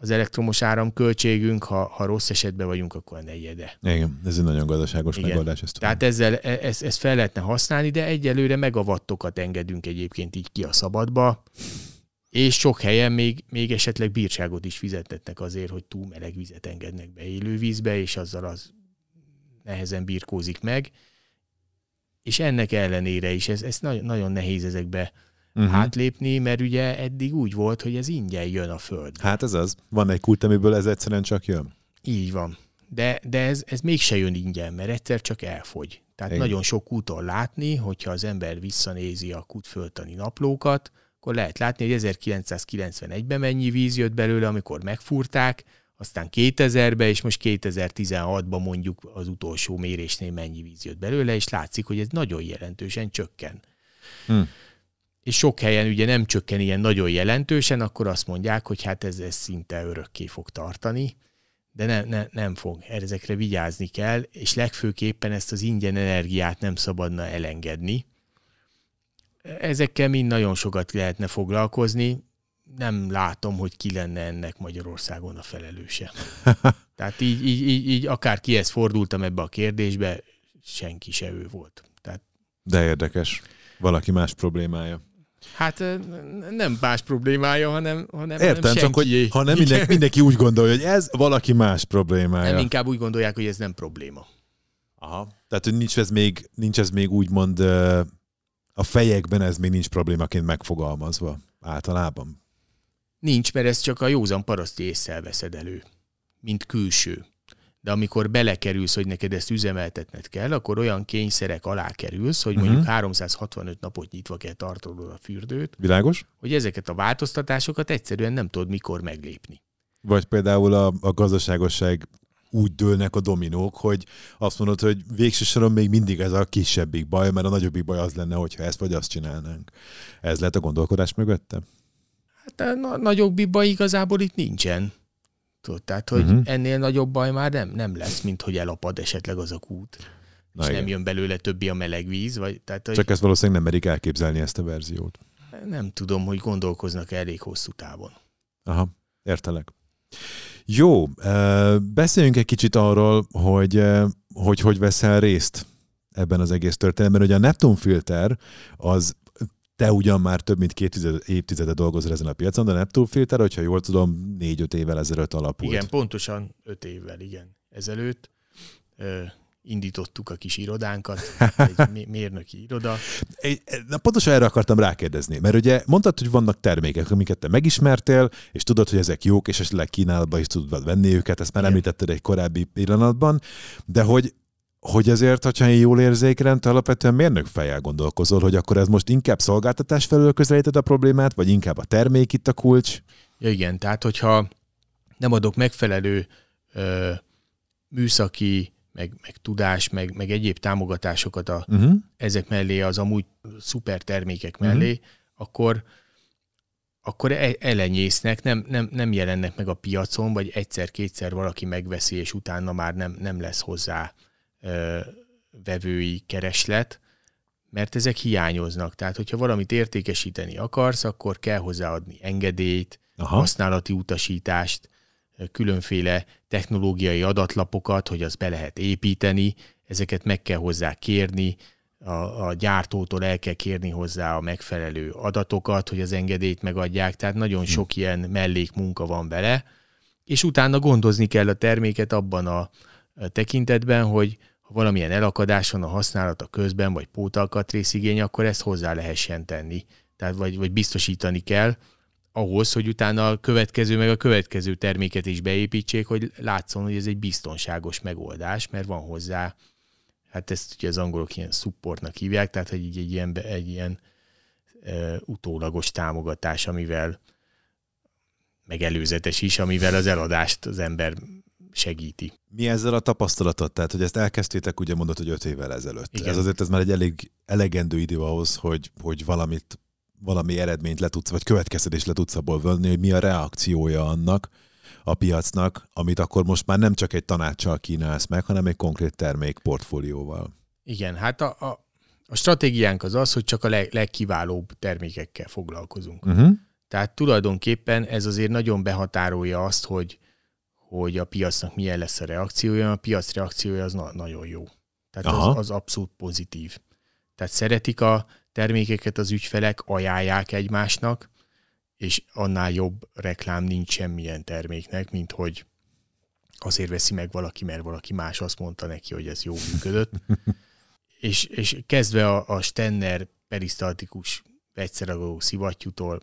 az elektromos áram költségünk, ha, ha rossz esetben vagyunk, akkor a negyede. Igen, ez egy nagyon gazdaságos Igen. megoldás. Ezt Tehát ezzel, ezt, ezt fel lehetne használni, de egyelőre megawattokat engedünk egyébként így ki a szabadba, és sok helyen még, még esetleg bírságot is fizetnek azért, hogy túl meleg vizet engednek be élővízbe, és azzal az nehezen birkózik meg. És ennek ellenére is ez, ez nagyon, nagyon nehéz ezekbe uh-huh. átlépni, mert ugye eddig úgy volt, hogy ez ingyen jön a földre. Hát ez az. Van egy kult, amiből ez egyszerűen csak jön. Így van. De, de ez, ez mégse jön ingyen, mert egyszer csak elfogy. Tehát igen. Nagyon sok kúton látni, hogyha az ember visszanézi a kútföldtani naplókat, akkor lehet látni, hogy ezerkilencszázkilencvenegyben mennyi víz jött belőle, amikor megfúrták, aztán kétezerben, és most kétezer-tizenhatban mondjuk az utolsó mérésnél mennyi víz jött belőle, és látszik, hogy ez nagyon jelentősen csökken. Hmm. És sok helyen ugye nem csökken ilyen nagyon jelentősen, akkor azt mondják, hogy hát ez, ez szinte örökké fog tartani, de ne, ne, nem fog. Ezekre vigyázni kell, és legfőképpen ezt az ingyen energiát nem szabadna elengedni. Ezekkel mind nagyon sokat lehetne foglalkozni, nem látom, hogy ki lenne ennek Magyarországon a felelőse. Tehát így, így, így, így akár kihez fordultam ebbe a kérdésbe, senki se ő volt. Tehát... De érdekes. Valaki más problémája. Hát nem más problémája, hanem, hanem Értem, nem csak hogy ha nem mindenki, mindenki úgy gondolja, hogy ez valaki más problémája. Nem, inkább úgy gondolják, hogy ez nem probléma. Aha. Tehát, hogy nincs ez még, nincs ez még úgymond a fejekben, ez még nincs problémaként megfogalmazva általában. Nincs, mert ez csak a józan paraszti ésszel veszed elő, mint külső. De amikor belekerülsz, hogy neked ezt üzemeltetned kell, akkor olyan kényszerek alá kerülsz, hogy mondjuk uh-huh. háromszázhatvanöt napot nyitva kell tartanod a fürdőt. Világos? Hogy ezeket a változtatásokat egyszerűen nem tudod mikor meglépni. Vagy például a, a gazdaságosság úgy dőlnek a dominók, hogy azt mondod, hogy végső soron még mindig ez a kisebbik baj, mert a nagyobbik baj az lenne, hogyha ezt vagy azt csinálnánk. Ez lehet a gondolkodás mögötte? Hát a nagyobbik baj igazából itt nincsen. Tudod, tehát, hogy uh-huh. ennél nagyobb baj már nem, nem lesz, mint hogy elapad esetleg az a kút. Na és igen. nem jön belőle többi a meleg víz. Vagy, tehát, hogy csak ezt valószínűleg nem merik elképzelni, ezt a verziót. Nem tudom, hogy gondolkoznak elég hosszú távon. Aha, értelek. Jó, beszéljünk egy kicsit arról, hogy hogy, hogy veszel részt ebben az egész történetben. Ugye a Neptune Filter az, te ugyan már több mint két évtizede dolgozol ezen a piacon, de a Neptune Filter, hogyha jól tudom, négy-öt évvel ezelőtt alapult. Igen, pontosan öt évvel, igen. Ezelőtt ö, indítottuk a kis irodánkat, egy mérnöki iroda. Na, pontosan erre akartam rákérdezni, mert ugye mondtad, hogy vannak termékek, amiket te megismertél, és tudod, hogy ezek jók, és esetleg kínálatban is tudod venni őket, ezt már igen. említetted egy korábbi pillanatban, de hogy hogy ezért, hogyha én jól érzékelem, te alapvetően mérnök fejjel gondolkozol, hogy akkor ez most inkább szolgáltatás felől közelíted a problémát, vagy inkább a termék itt a kulcs? Ja, igen, tehát hogyha nem adok megfelelő ö, műszaki, meg, meg tudás, meg, meg egyéb támogatásokat a, uh-huh. ezek mellé, az amúgy szuper termékek mellé, uh-huh. akkor, akkor elenyésznek, nem, nem, nem jelennek meg a piacon, vagy egyszer-kétszer valaki megveszi, és utána már nem, nem lesz hozzá vevői kereslet, mert ezek hiányoznak. Tehát, hogyha valamit értékesíteni akarsz, akkor kell hozzáadni engedélyt, aha. használati utasítást, különféle technológiai adatlapokat, hogy azt be lehet építeni, ezeket meg kell hozzá kérni, a, a gyártótól el kell kérni hozzá a megfelelő adatokat, hogy az engedélyt megadják, tehát nagyon sok hm. ilyen mellékmunka van vele, és utána gondozni kell a terméket abban a tekintetben, hogy ha valamilyen elakadás van a használata közben, vagy pótalkatrészigény, akkor ezt hozzá lehessen tenni. Tehát vagy, vagy biztosítani kell ahhoz, hogy utána a következő, meg a következő terméket is beépítsék, hogy látszon, hogy ez egy biztonságos megoldás, mert van hozzá, hát ezt ugye az angolok ilyen supportnak hívják, tehát hogy egy, egy ilyen, egy ilyen e, utólagos támogatás, amivel meg előzetes is, amivel az eladást az ember segíti. Mi ezzel a tapasztalatod? Tehát, hogy ezt elkezdtétek, ugye mondod, hogy öt évvel ezelőtt. Igen. Ez azért ez már egy elég elegendő idő ahhoz, hogy, hogy valamit, valami eredményt le tudsz, vagy következtetést le tudsz abból vonni, hogy mi a reakciója annak a piacnak, amit akkor most már nem csak egy tanácssal kínálsz meg, hanem egy konkrét termék portfólióval. Igen, hát a, a, a stratégiánk az az, hogy csak a leg, legkiválóbb termékekkel foglalkozunk. Uh-huh. Tehát tulajdonképpen ez azért nagyon behatárolja azt, hogy, hogy a piacnak milyen lesz a reakciója. A piac reakciója az na- nagyon jó. Tehát az, az abszolút pozitív. Tehát szeretik a termékeket az ügyfelek, ajánlják egymásnak, és annál jobb reklám nincs semmilyen terméknek, mint hogy azért veszi meg valaki, mert valaki más azt mondta neki, hogy ez jó működött. és, és kezdve a, a Stenner perisztaltikus vegyszerragoló szivattyútól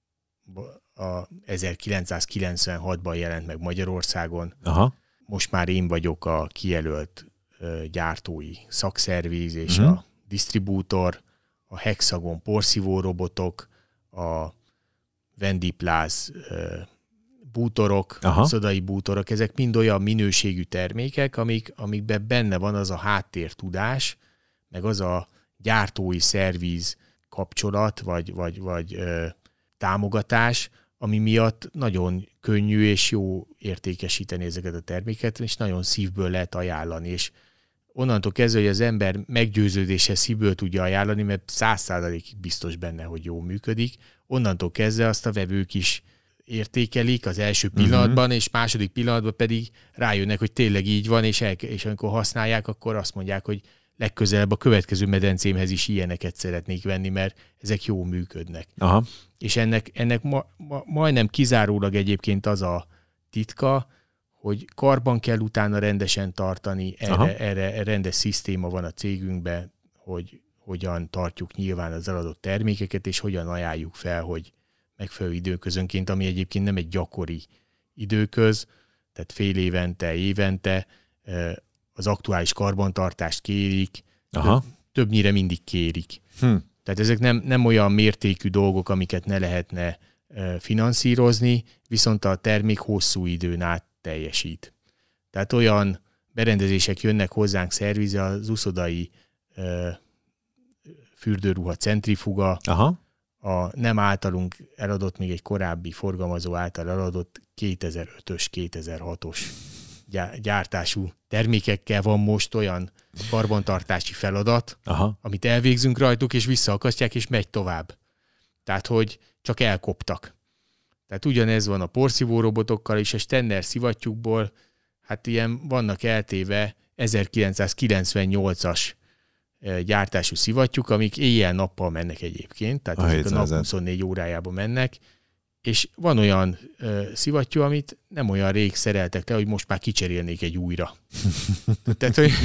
a ezerkilencszázkilencvenhatban jelent meg Magyarországon. Aha. Most már én vagyok a kijelölt uh, gyártói szakszerviz és uh-huh. a disztribútor, a Hexagon porszívó robotok, a Vendipláz uh, bútorok, Aha. szodai bútorok, ezek mind olyan minőségű termékek, amik, amikben benne van az a háttértudás, meg az a gyártói szerviz kapcsolat, vagy, vagy, vagy ö, támogatás, ami miatt nagyon könnyű és jó értékesíteni ezeket a terméket, és nagyon szívből lehet ajánlani. És onnantól kezdve, hogy az ember meggyőződése szívből tudja ajánlani, mert száz százalékig biztos benne, hogy jól működik, onnantól kezdve azt a vevők is értékelik az első pillanatban, uh-huh. és második pillanatban pedig rájönnek, hogy tényleg így van, és, el, és amikor használják, akkor azt mondják, hogy legközelebb a következő medencémhez is ilyeneket szeretnék venni, mert ezek jól működnek. Aha. És ennek, ennek ma, ma, majdnem kizárólag egyébként az a titka, hogy karban kell utána rendesen tartani, erre, erre rendes szisztéma van a cégünkben, hogy hogyan tartjuk nyilván az eladott termékeket, és hogyan ajánljuk fel, hogy megfelelő időközönként, ami egyébként nem egy gyakori időköz, tehát fél évente, évente az aktuális karbantartást kérik, Aha. többnyire mindig kérik. Hm. Tehát ezek nem, nem olyan mértékű dolgok, amiket ne lehetne finanszírozni, viszont a termék hosszú időn át teljesít. Tehát olyan berendezések jönnek hozzánk szervize, az uszodai fürdőruha centrifuga, Aha. a nem általunk eladott, még egy korábbi forgalmazó által eladott kétezer-ötös, kétezer-hatos gyártású termékekkel van most olyan karbantartási feladat, Aha. amit elvégzünk rajtuk, és visszaakasztják, és megy tovább. Tehát, hogy csak elkoptak. Tehát ugyanez van a porszívó robotokkal, és a Stenner szivattyúkból, hát ilyen vannak eltéve ezerkilencszázkilencvennyolcas gyártású szivattyúk, amik éjjel-nappal mennek egyébként, tehát a ezek a nap huszonnégy órájában mennek, és van olyan uh, szivattyú, amit nem olyan rég szereltek le, hogy most már kicserélnék egy újra. tehát, hogy...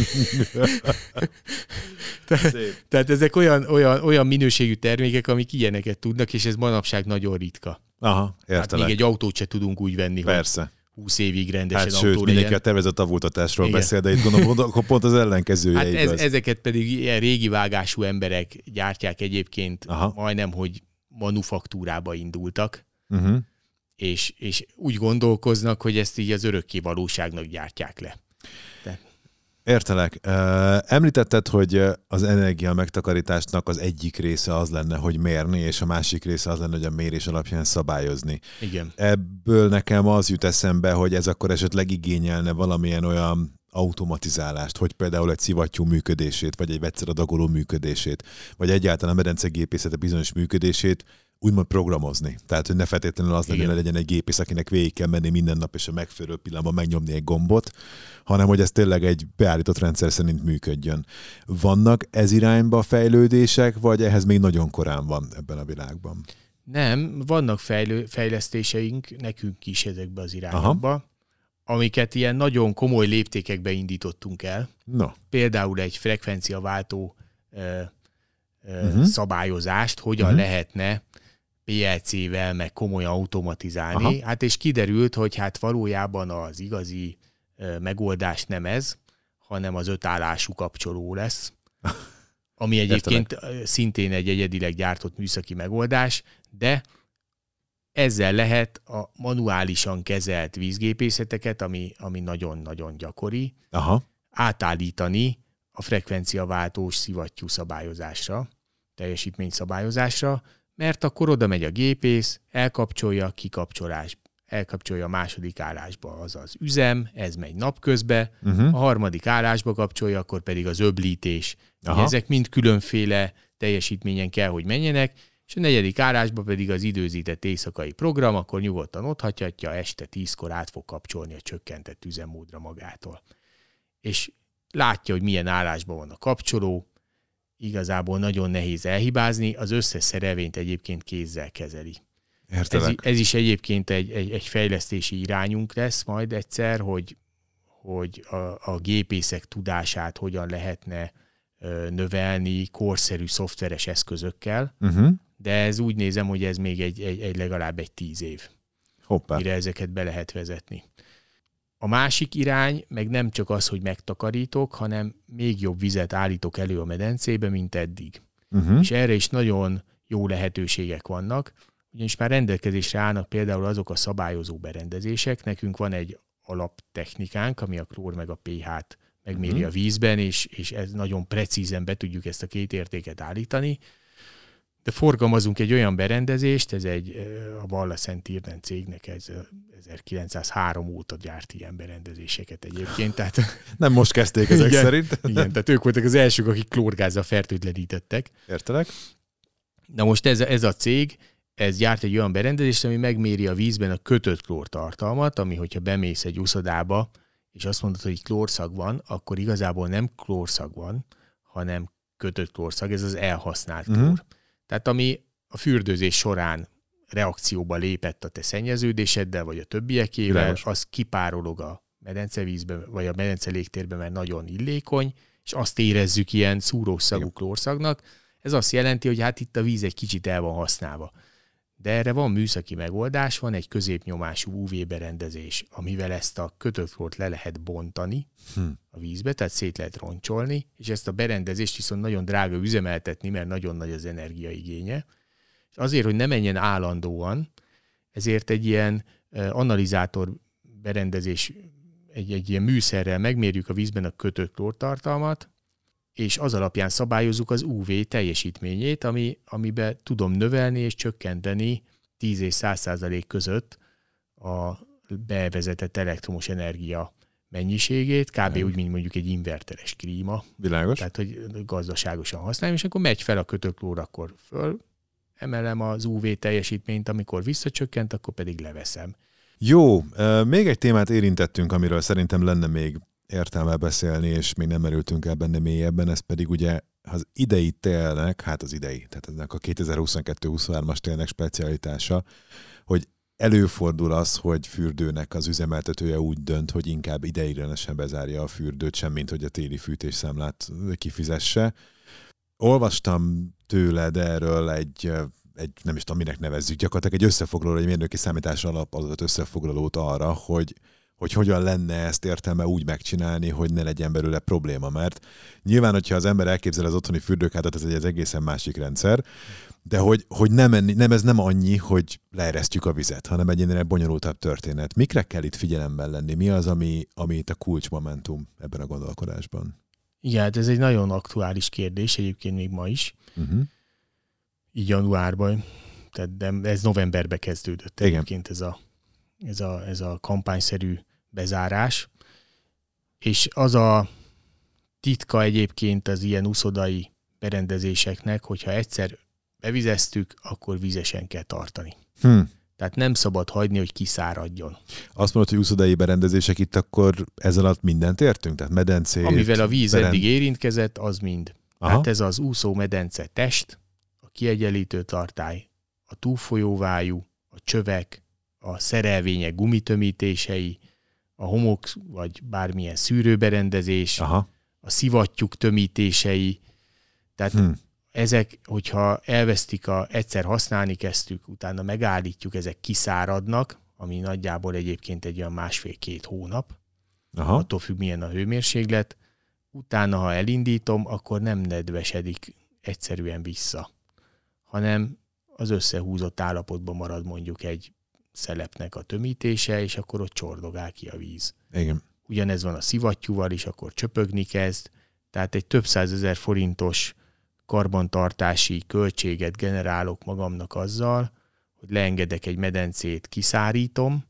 tehát, tehát ezek olyan, olyan, olyan minőségű termékek, amik ilyeneket tudnak, és ez manapság nagyon ritka. Aha, értelek. Hát még egy autót se tudunk úgy venni, Persze. hogy húsz évig rendesen hát, autó sőt, legyen. mindenki a tervezett tavultatásról Igen. beszél, de itt gondolom, akkor pont az ellenkezője hát ez, igaz. Ezeket pedig ilyen régi vágású emberek gyártják egyébként, Aha. majdnem, hogy manufaktúrába indultak, uh-huh. és, és úgy gondolkoznak, hogy ezt így az örökké valóságnak gyártják le. De... Értelek. Említetted, hogy az energia megtakarításnak az egyik része az lenne, hogy mérni, és a másik része az lenne, hogy a mérés alapján szabályozni. Igen. Ebből nekem az jut eszembe, hogy ez akkor esetleg igényelne valamilyen olyan automatizálást, hogy például egy szivattyú működését, vagy egy vegyszeradagoló működését, vagy egyáltalán a medencegépészete bizonyos működését úgymond programozni. Tehát, hogy ne feltétlenül az lenne, legyen egy gépész, akinek végig kell menni minden nap, és a megfelelő pillanatban megnyomni egy gombot, hanem hogy ez tényleg egy beállított rendszer szerint működjön. Vannak ez irányba fejlődések, vagy ehhez még nagyon korán van ebben a világban? Nem, vannak fejlő, fejlesztéseink nekünk is ezekbe az irányokba, Aha. amiket ilyen nagyon komoly léptékekbe indítottunk el. No. Például egy frekvenciaváltó ö, ö, uh-huh. szabályozást, hogyan uh-huh. lehetne pé el cé-vel meg komolyan automatizálni. Aha. Hát és kiderült, hogy hát valójában az igazi ö, megoldás nem ez, hanem az ötállású kapcsoló lesz, ami egyébként Értelek. szintén egy egyedileg gyártott műszaki megoldás, de ezzel lehet a manuálisan kezelt vízgépészeteket, ami, ami nagyon-nagyon gyakori, Aha. átállítani a frekvenciaváltós szivattyú szabályozásra, teljesítményszabályozásra, mert akkor oda megy a gépész, elkapcsolja, kikapcsolás, elkapcsolja a második állásba, az az üzem, ez megy napközbe, uh-huh. a harmadik állásba kapcsolja, akkor pedig az öblítés. Ezek mind különféle teljesítményen kell, hogy menjenek, És a negyedik állásban pedig az időzített éjszakai program, akkor nyugodtan ott hagyhatja, este tízkor át fog kapcsolni a csökkentett üzemmódra magától. És látja, hogy milyen állásban van a kapcsoló, igazából nagyon nehéz elhibázni, az összes szerelvényt egyébként kézzel kezeli. Ez, ez is egyébként egy, egy, egy fejlesztési irányunk lesz majd egyszer, hogy, hogy a, a gépészek tudását hogyan lehetne ö, növelni korszerű szoftveres eszközökkel, uh-huh. de ez úgy nézem, hogy ez még egy, egy, egy legalább egy tíz év, Hoppá. mire ezeket be lehet vezetni. A másik irány meg nem csak az, hogy megtakarítok, hanem még jobb vizet állítok elő a medencébe, mint eddig. Uh-huh. És erre is nagyon jó lehetőségek vannak, ugyanis már rendelkezésre állnak például azok a szabályozó berendezések. Nekünk van egy alaptechnikánk, ami a klór meg a pé há-t megméri uh-huh. a vízben, és, és ez nagyon precízen be tudjuk ezt a két értéket állítani. De forgalmazunk egy olyan berendezést, ez egy a Balla Szent Irden cégnek ez ezerkilencszázhárom óta gyárt ilyen berendezéseket egyébként. Tehát, nem most kezdték ezek igen, szerint. Igen, tehát ők voltak az elsők, akik klórgázzal fertőtlenítettek. Értelek. Na most ez, ez a cég, ez gyárt egy olyan berendezést, ami megméri a vízben a kötött klórtartalmat, ami hogyha bemész egy uszodába, és azt mondod, hogy klórszag van, akkor igazából nem klórszag van, hanem kötött klórszag, ez az elhasznált klór. Uh-huh. Tehát ami a fürdőzés során reakcióba lépett a te szennyeződéseddel, vagy a többiekével, Bilágos. Az kipárolog a medencevízbe, vagy a medence légtérbe, mert nagyon illékony, és azt érezzük ilyen szúrószagú klórszagnak. Ez azt jelenti, hogy hát itt a víz egy kicsit el van használva. De erre van műszaki megoldás, van egy középnyomású ú vé berendezés, amivel ezt a kötött klórt le lehet bontani hm. a vízbe, tehát szét lehet roncsolni, és ezt a berendezést viszont nagyon drága üzemeltetni, mert nagyon nagy az energiaigénye. És azért, hogy ne menjen állandóan, ezért egy ilyen analizátor berendezés, egy, egy ilyen műszerrel megmérjük a vízben a kötött klórtartalmat, és az alapján szabályozzuk az ú vé teljesítményét, ami, amiben tudom növelni és csökkenteni tíz és száz százalék között a bevezetett elektromos energia mennyiségét, kb. Nem. Úgy, mint mondjuk egy inverteres klíma. Világos. Tehát, hogy gazdaságosan használom, és akkor megy fel a kötött klór, akkor föl emelem az ú vé teljesítményt, amikor visszacsökkent, akkor pedig leveszem. Jó, még egy témát érintettünk, amiről szerintem lenne még értelme beszélni, és még nem merültünk el benne mélyebben, ez pedig ugye az idei télnek, hát az idei, tehát ennek a kétezer-huszonkettő huszonhármas télnek specialitása, hogy előfordul az, hogy fürdőnek az üzemeltetője úgy dönt, hogy inkább ideiglenesen bezárja a fürdőt, semmint hogy a téli fűtésszámlát kifizesse. Olvastam tőled erről egy, egy nem is tudom, minek nevezzük, gyakorlatilag egy összefoglaló, egy mérnöki számításra alapozott összefoglalót arra, hogy hogy hogyan lenne ezt értelme úgy megcsinálni, hogy ne legyen belőle probléma. Mert nyilván, hogyha az ember elképzel az otthoni fürdőkádat, ez egy az egészen másik rendszer, de hogy, hogy nem, enni, nem ez nem annyi, hogy leeresztjük a vizet, hanem egy ennél bonyolultabb történet. Mikre kell itt figyelemben lenni? Mi az, ami, ami itt a kulcsmomentum ebben a gondolkodásban? Igen, hát ez egy nagyon aktuális kérdés, egyébként még ma is. Uh-huh. Így januárban, tehát de ez novemberbe kezdődött. Igen. Egyébként ez a, ez a, ez a kampányszerű bezárás, és az a titka egyébként az ilyen uszodai berendezéseknek, hogyha egyszer bevizeztük, akkor vizesen kell tartani. Hm. Tehát nem szabad hagyni, hogy kiszáradjon. Azt mondod, hogy uszodai berendezések, itt akkor ez alatt mindent értünk? Tehát medencét? Amivel a víz berend... eddig érintkezett, az mind. Aha. Hát ez az úszó medence test, a kiegyenlítő tartály, a túlfolyóvájú, a csövek, a szerelvények gumitömítései, a homok vagy bármilyen szűrőberendezés, Aha. a szivattyúk tömítései. Tehát hmm. ezek, hogyha elvesztik, a, egyszer használni kezdtük, utána megállítjuk, ezek kiszáradnak, ami nagyjából egyébként egy olyan másfél-két hónap. Aha. Attól függ, milyen a hőmérséklet. Utána, ha elindítom, akkor nem nedvesedik egyszerűen vissza, hanem az összehúzott állapotban marad mondjuk egy szelepnek a tömítése, és akkor ott csordogál ki a víz. Igen. Ugyanez van a szivattyúval is, akkor csöpögni kezd, tehát egy több százezer forintos karbantartási költséget generálok magamnak azzal, hogy leengedek egy medencét, kiszárítom,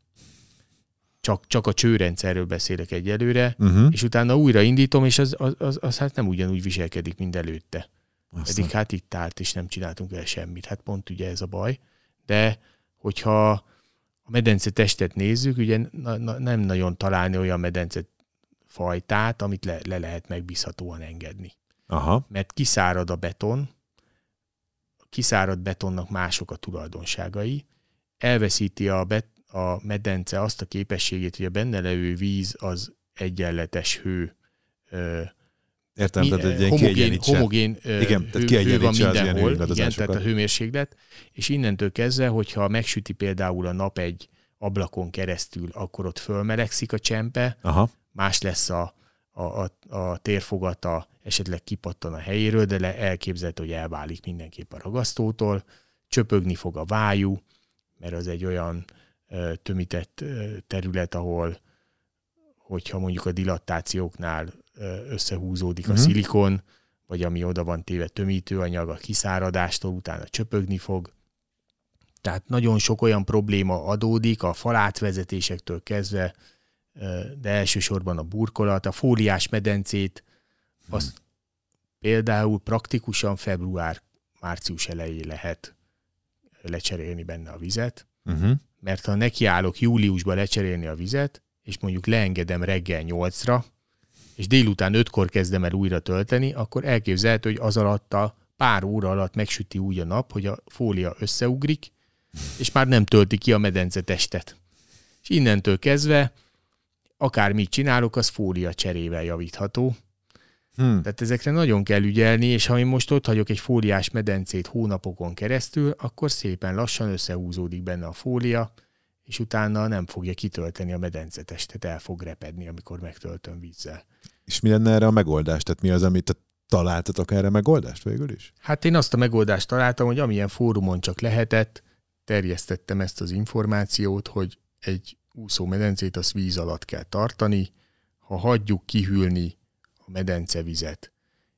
csak, csak a csőrendszerről beszélek egyelőre, uh-huh. és utána újra indítom, és az, az, az, az hát nem ugyanúgy viselkedik, mint előtte. Aztán. Pedig hát itt állt, és nem csináltunk vele semmit. Hát pont ugye ez a baj. De hogyha a medence testet nézzük, ugye na, na, nem nagyon találni olyan medence fajtát, amit le, le lehet megbízhatóan engedni. Aha. Mert kiszárad a beton, a kiszáradt betonnak mások a tulajdonságai, elveszíti a, bet, a medence azt a képességét, hogy a benne levő víz az egyenletes hő. Értem, mi, tehát egy ilyen homogén, homogén igen, hő, tehát hő van mindenhol, igen, tehát a hőmérséklet, és innentől kezdve, hogyha megsüti például a nap egy ablakon keresztül, akkor ott fölmelegszik a csempe, aha. más lesz a, a, a, a térfogata, esetleg kipattan a helyéről, de le elképzelhető, hogy elválik mindenképp a ragasztótól, csöpögni fog a vájú, mert az egy olyan ö, tömített ö, terület, ahol, hogyha mondjuk a dilattációknál ö, összehúzódik uh-huh. a szilikon, vagy ami oda van téve tömítőanyag, a kiszáradástól utána csöpögni fog. Tehát nagyon sok olyan probléma adódik a falátvezetésektől kezdve, de elsősorban a burkolat, a fóliás medencét, azt hmm. például praktikusan február-március elején lehet lecserélni benne a vizet, uh-huh. mert ha nekiállok júliusban lecserélni a vizet, és mondjuk leengedem reggel nyolcra, és délután ötkor kezdem el újra tölteni, akkor elképzelhető, hogy az alatt a pár óra alatt megsüti úgy a nap, hogy a fólia összeugrik, és már nem tölti ki a medence testet. És innentől kezdve akármit csinálok, az fólia cserével javítható. Hmm. Tehát ezekre nagyon kell ügyelni, és ha én most ott hagyok egy fóliás medencét hónapokon keresztül, akkor szépen lassan összehúzódik benne a fólia, és utána nem fogja kitölteni a medencetestet, el fog repedni, amikor megtöltöm vízzel. És mi lenne erre a megoldás? Tehát mi az, amit találtatok erre megoldást végül is? Hát én azt a megoldást találtam, hogy amilyen fórumon csak lehetett, terjesztettem ezt az információt, hogy egy úszómedencét azt víz alatt kell tartani, ha hagyjuk kihűlni a medencevizet,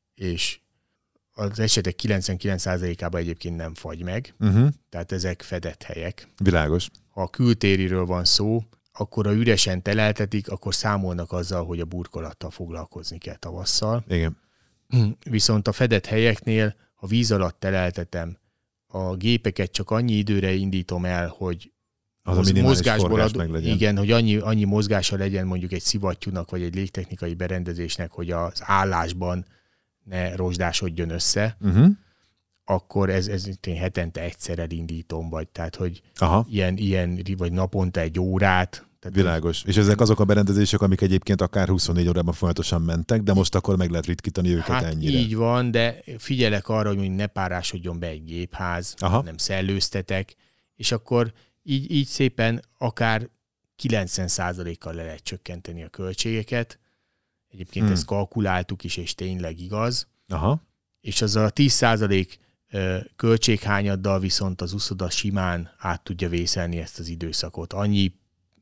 és az esetek kilencvenkilenc százalékában egyébként nem fagy meg, uh-huh. tehát ezek fedett helyek. Világos. Ha a kültériről van szó, akkor ha üresen teleltetik, akkor számolnak azzal, hogy a burkolattal foglalkozni kell tavasszal. Igen. Viszont a fedett helyeknél, ha víz alatt teleltetem, a gépeket csak annyi időre indítom el, hogy az a minimális mozgásból ad, meg legyen. Igen, hogy annyi, annyi mozgása legyen mondjuk egy szivattyúnak, vagy egy légtechnikai berendezésnek, hogy az állásban ne rozsdásodjon össze, uh-huh. akkor ez, ez én hetente egyszer elindítom, vagy tehát, hogy Aha. ilyen, ilyen, vagy naponta egy órát. Tehát világos. És ezek azok a berendezések, amik egyébként akár huszonnégy órában folyamatosan mentek, de most akkor meg lehet ritkítani őket hát ennyire. Így van, de figyelek arra, hogy ne párásodjon be egy gépház, Aha. nem szellőztetek, és akkor így, így szépen akár kilencven százalékkal le lehet csökkenteni a költségeket. Egyébként hmm. ezt kalkuláltuk is, és tényleg igaz. Aha. És az a tíz százalék költséghányaddal viszont az uszoda simán át tudja vészelni ezt az időszakot. Annyi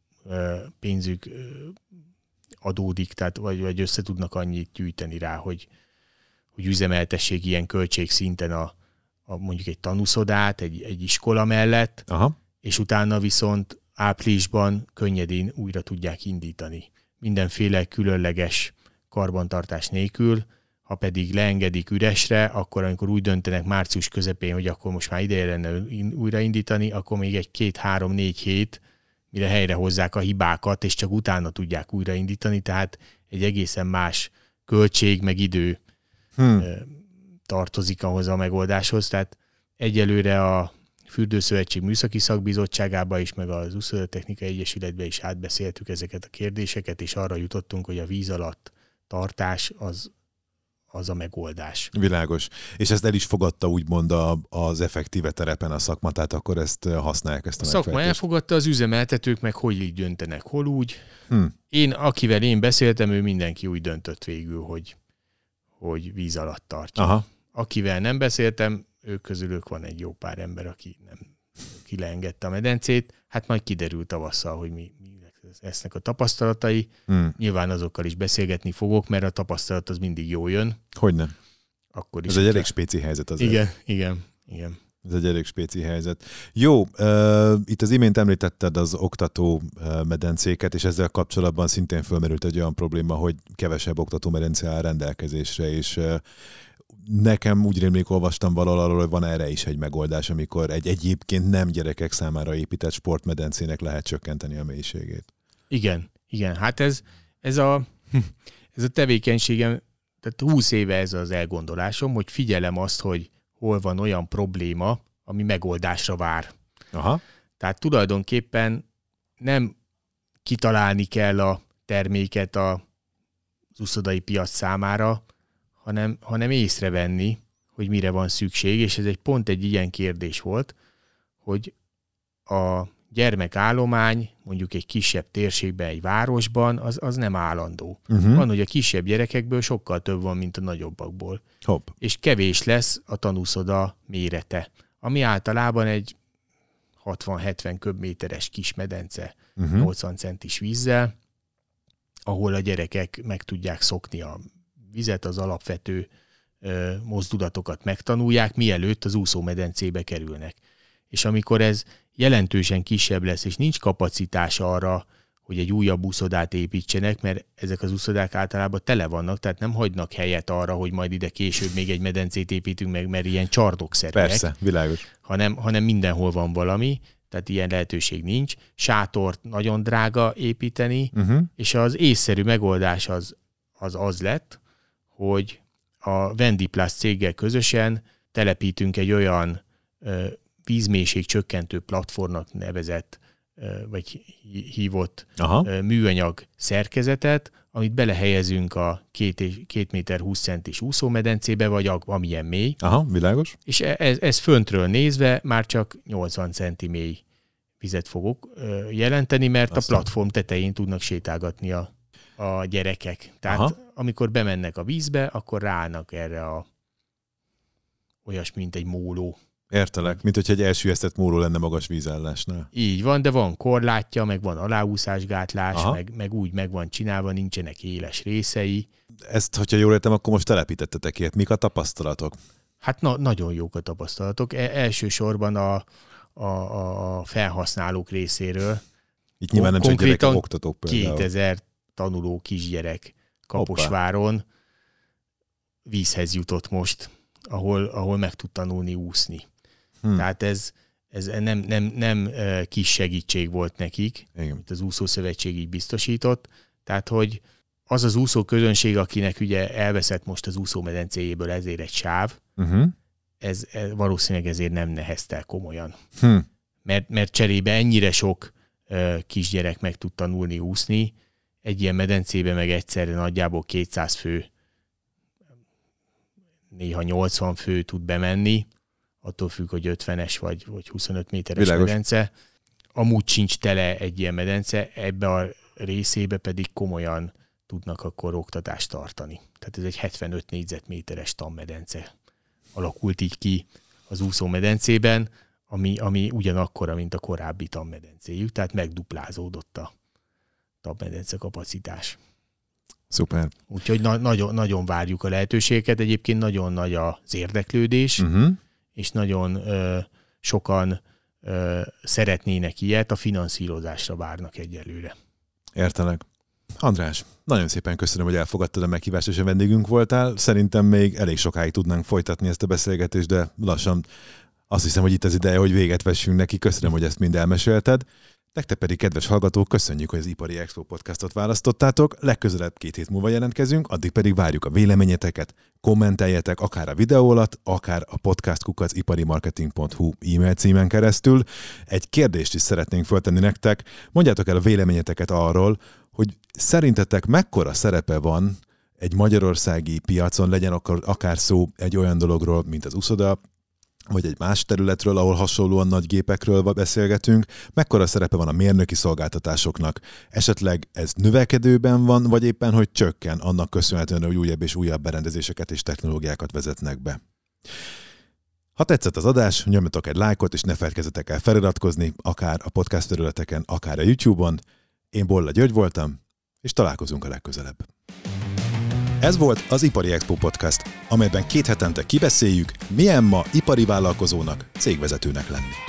pénzük adódik, tehát vagy, vagy össze tudnak annyit gyűjteni rá, hogy, hogy üzemeltessék ilyen költségszinten a, a mondjuk egy tanuszodát, egy, egy iskola mellett, Aha. és utána viszont áprilisban könnyedén újra tudják indítani. Mindenféle különleges karbantartás nélkül, ha pedig leengedik üresre, akkor amikor úgy döntenek március közepén, hogy akkor most már ideje lenne újraindítani, akkor még egy két-három-négy hét, mire helyre hozzák a hibákat, és csak utána tudják újraindítani, tehát egy egészen más költség, meg idő hmm. tartozik ahhoz a megoldáshoz. Tehát egyelőre a Fürdőszövetség Műszaki Szakbizottságába is, meg az Úszótechnikai Egyesületbe is átbeszéltük ezeket a kérdéseket, és arra jutottunk, hogy a víz alatt tartás az, az a megoldás. Világos. És ezt el is fogadta úgymond az effektíve terepen a szakma, tehát akkor ezt használják ezt a, a szakma elfogadta, az üzemeltetők meg hogy így döntenek, hol úgy. Hmm. Én, akivel én beszéltem, ő mindenki úgy döntött végül, hogy, hogy víz alatt tartja. Aha. Akivel nem beszéltem, ők közülük van egy jó pár ember, aki nem ki leengedte a medencét. Hát majd kiderült tavasszal, hogy mi, mi lesznek a tapasztalatai. Hmm. Nyilván azokkal is beszélgetni fogok, mert a tapasztalat az mindig jól jön. Hogyne. Akkor is Ez egy elég spéci helyzet azért. Igen, igen, igen. Ez egy elég spéci helyzet. Jó, uh, itt az imént említetted az oktató uh, medencéket, és ezzel kapcsolatban szintén fölmerült egy olyan probléma, hogy kevesebb oktató medence áll rendelkezésre, és uh, nekem úgy rémlik, olvastam valahol arról, hogy van erre is egy megoldás, amikor egy egyébként nem gyerekek számára épített sportmedencének lehet csökkenteni a mélységét. Igen, igen. Hát ez, ez, a, ez a tevékenységem, tehát húsz éve ez az elgondolásom, hogy figyelem azt, hogy hol van olyan probléma, ami megoldásra vár. Aha. Tehát tulajdonképpen nem kitalálni kell a terméket az úszodai piac számára, hanem, hanem észrevenni, hogy mire van szükség, és ez egy pont egy ilyen kérdés volt, hogy a gyermekállomány mondjuk egy kisebb térségben, egy városban, az, az nem állandó. Uh-huh. Van, hogy a kisebb gyerekekből sokkal több van, mint a nagyobbakból. Hopp. És kevés lesz a tanúszoda mérete, ami általában egy hatvan-hetven köbméteres kis medence, uh-huh. nyolcvan centis vízzel, ahol a gyerekek meg tudják szokni a vizet, az alapvető ö, mozdulatokat megtanulják, mielőtt az úszómedencébe kerülnek. És amikor ez jelentősen kisebb lesz, és nincs kapacitás arra, hogy egy újabb úszodát építsenek, mert ezek az úszodák általában tele vannak, tehát nem hagynak helyet arra, hogy majd ide később még egy medencét építünk meg, mert ilyen csardokszerűek. Persze, világos. Hanem, hanem mindenhol van valami, tehát ilyen lehetőség nincs. Sátort nagyon drága építeni, uh-huh. és az észszerű megoldás az, az az lett, hogy a Vendiplast céggel közösen telepítünk egy olyan ö, vízmélység csökkentő platformnak nevezett, ö, vagy hívott ö, műanyag szerkezetet, amit belehelyezünk a két, két méter húsz centis úszómedencébe, vagy amilyen mély. Aha, világos. És ez, ez föntről nézve már csak nyolcvan centi mély vizet fogok ö, jelenteni, mert Aztán. a platform tetején tudnak sétálgatni a, a gyerekek. Tehát Aha. amikor bemennek a vízbe, akkor ráállnak erre a olyas, mint egy móló. Értelek, mint hogyha egy elsüllyesztett móló lenne magas vízállásnál. Így van, de van korlátja, meg van aláúszásgátlás, meg, meg úgy meg van csinálva, nincsenek éles részei. Ezt, hogyha jól értem, akkor most telepítettetek ilyet. Mik a tapasztalatok? Hát na, nagyon jók a tapasztalatok. E- elsősorban a, a, a felhasználók részéről. Itt nyilván nem csak gyerekek, oktatók például. kétezer tanuló kisgyerek Kaposváron Hoppá. vízhez jutott most, ahol, ahol meg tud tanulni úszni. Hmm. Tehát ez, ez nem, nem, nem kis segítség volt nekik, Igen. amit az úszószövetség így biztosított. Tehát, hogy az az úszó közönség, akinek ugye elveszett most az úszómedencéjéből ezért egy sáv, uh-huh. ez, ez valószínűleg ezért nem neheztel komolyan. Hmm. Mert, mert cserébe ennyire sok uh, kisgyerek meg tud tanulni úszni, egy ilyen medencébe meg egyszerre nagyjából kétszáz fő, néha nyolcvan fő tud bemenni, attól függ, hogy ötvenes vagy, vagy huszonöt méteres Világos. medence. Amúgy sincs tele egy ilyen medence, ebbe a részébe pedig komolyan tudnak akkor oktatást tartani. Tehát ez egy hetvenöt négyzetméteres tanmedence alakult így ki az úszómedencében, ami, ami ugyanakkora, mint a korábbi tanmedencéjük, tehát megduplázódott a tanmedence kapacitás. Szuper. Úgyhogy na- nagyon, nagyon várjuk a lehetőségeket, egyébként nagyon nagy az érdeklődés, uh-huh. és nagyon ö, sokan ö, szeretnének ilyet, a finanszírozásra várnak egyelőre. Értelek. András, nagyon szépen köszönöm, hogy elfogadtad a meghívást, és a vendégünk voltál. Szerintem még elég sokáig tudnánk folytatni ezt a beszélgetést, de lassan azt hiszem, hogy itt az ideje, hogy véget vessünk neki. Köszönöm, hogy ezt mind elmesélted. Nektek pedig, kedves hallgatók, köszönjük, hogy az Ipari Expo podcastot választottátok. Legközelebb két hét múlva jelentkezünk, addig pedig várjuk a véleményeteket, kommenteljetek akár a videó alatt, akár a podcast kukac iparimarketing pont hu e-mail címen keresztül. Egy kérdést is szeretnénk föltenni nektek. Mondjátok el a véleményeteket arról, hogy szerintetek mekkora szerepe van egy magyarországi piacon, legyen akar, akár szó egy olyan dologról, mint az úszoda, vagy egy más területről, ahol hasonlóan nagy gépekről beszélgetünk, mekkora szerepe van a mérnöki szolgáltatásoknak? Esetleg ez növekedőben van, vagy éppen, hogy csökken annak köszönhetően, hogy újabb és újabb berendezéseket és technológiákat vezetnek be. Ha tetszett az adás, nyomjatok egy lájkot, és ne feledkezzetek el feliratkozni, akár a podcast területeken, akár a YouTube-on. Én Bolla György voltam, és találkozunk a legközelebb. Ez volt az Ipari Expo Podcast, amelyben két hetente kibeszéljük, milyen ma ipari vállalkozónak, cégvezetőnek lenni.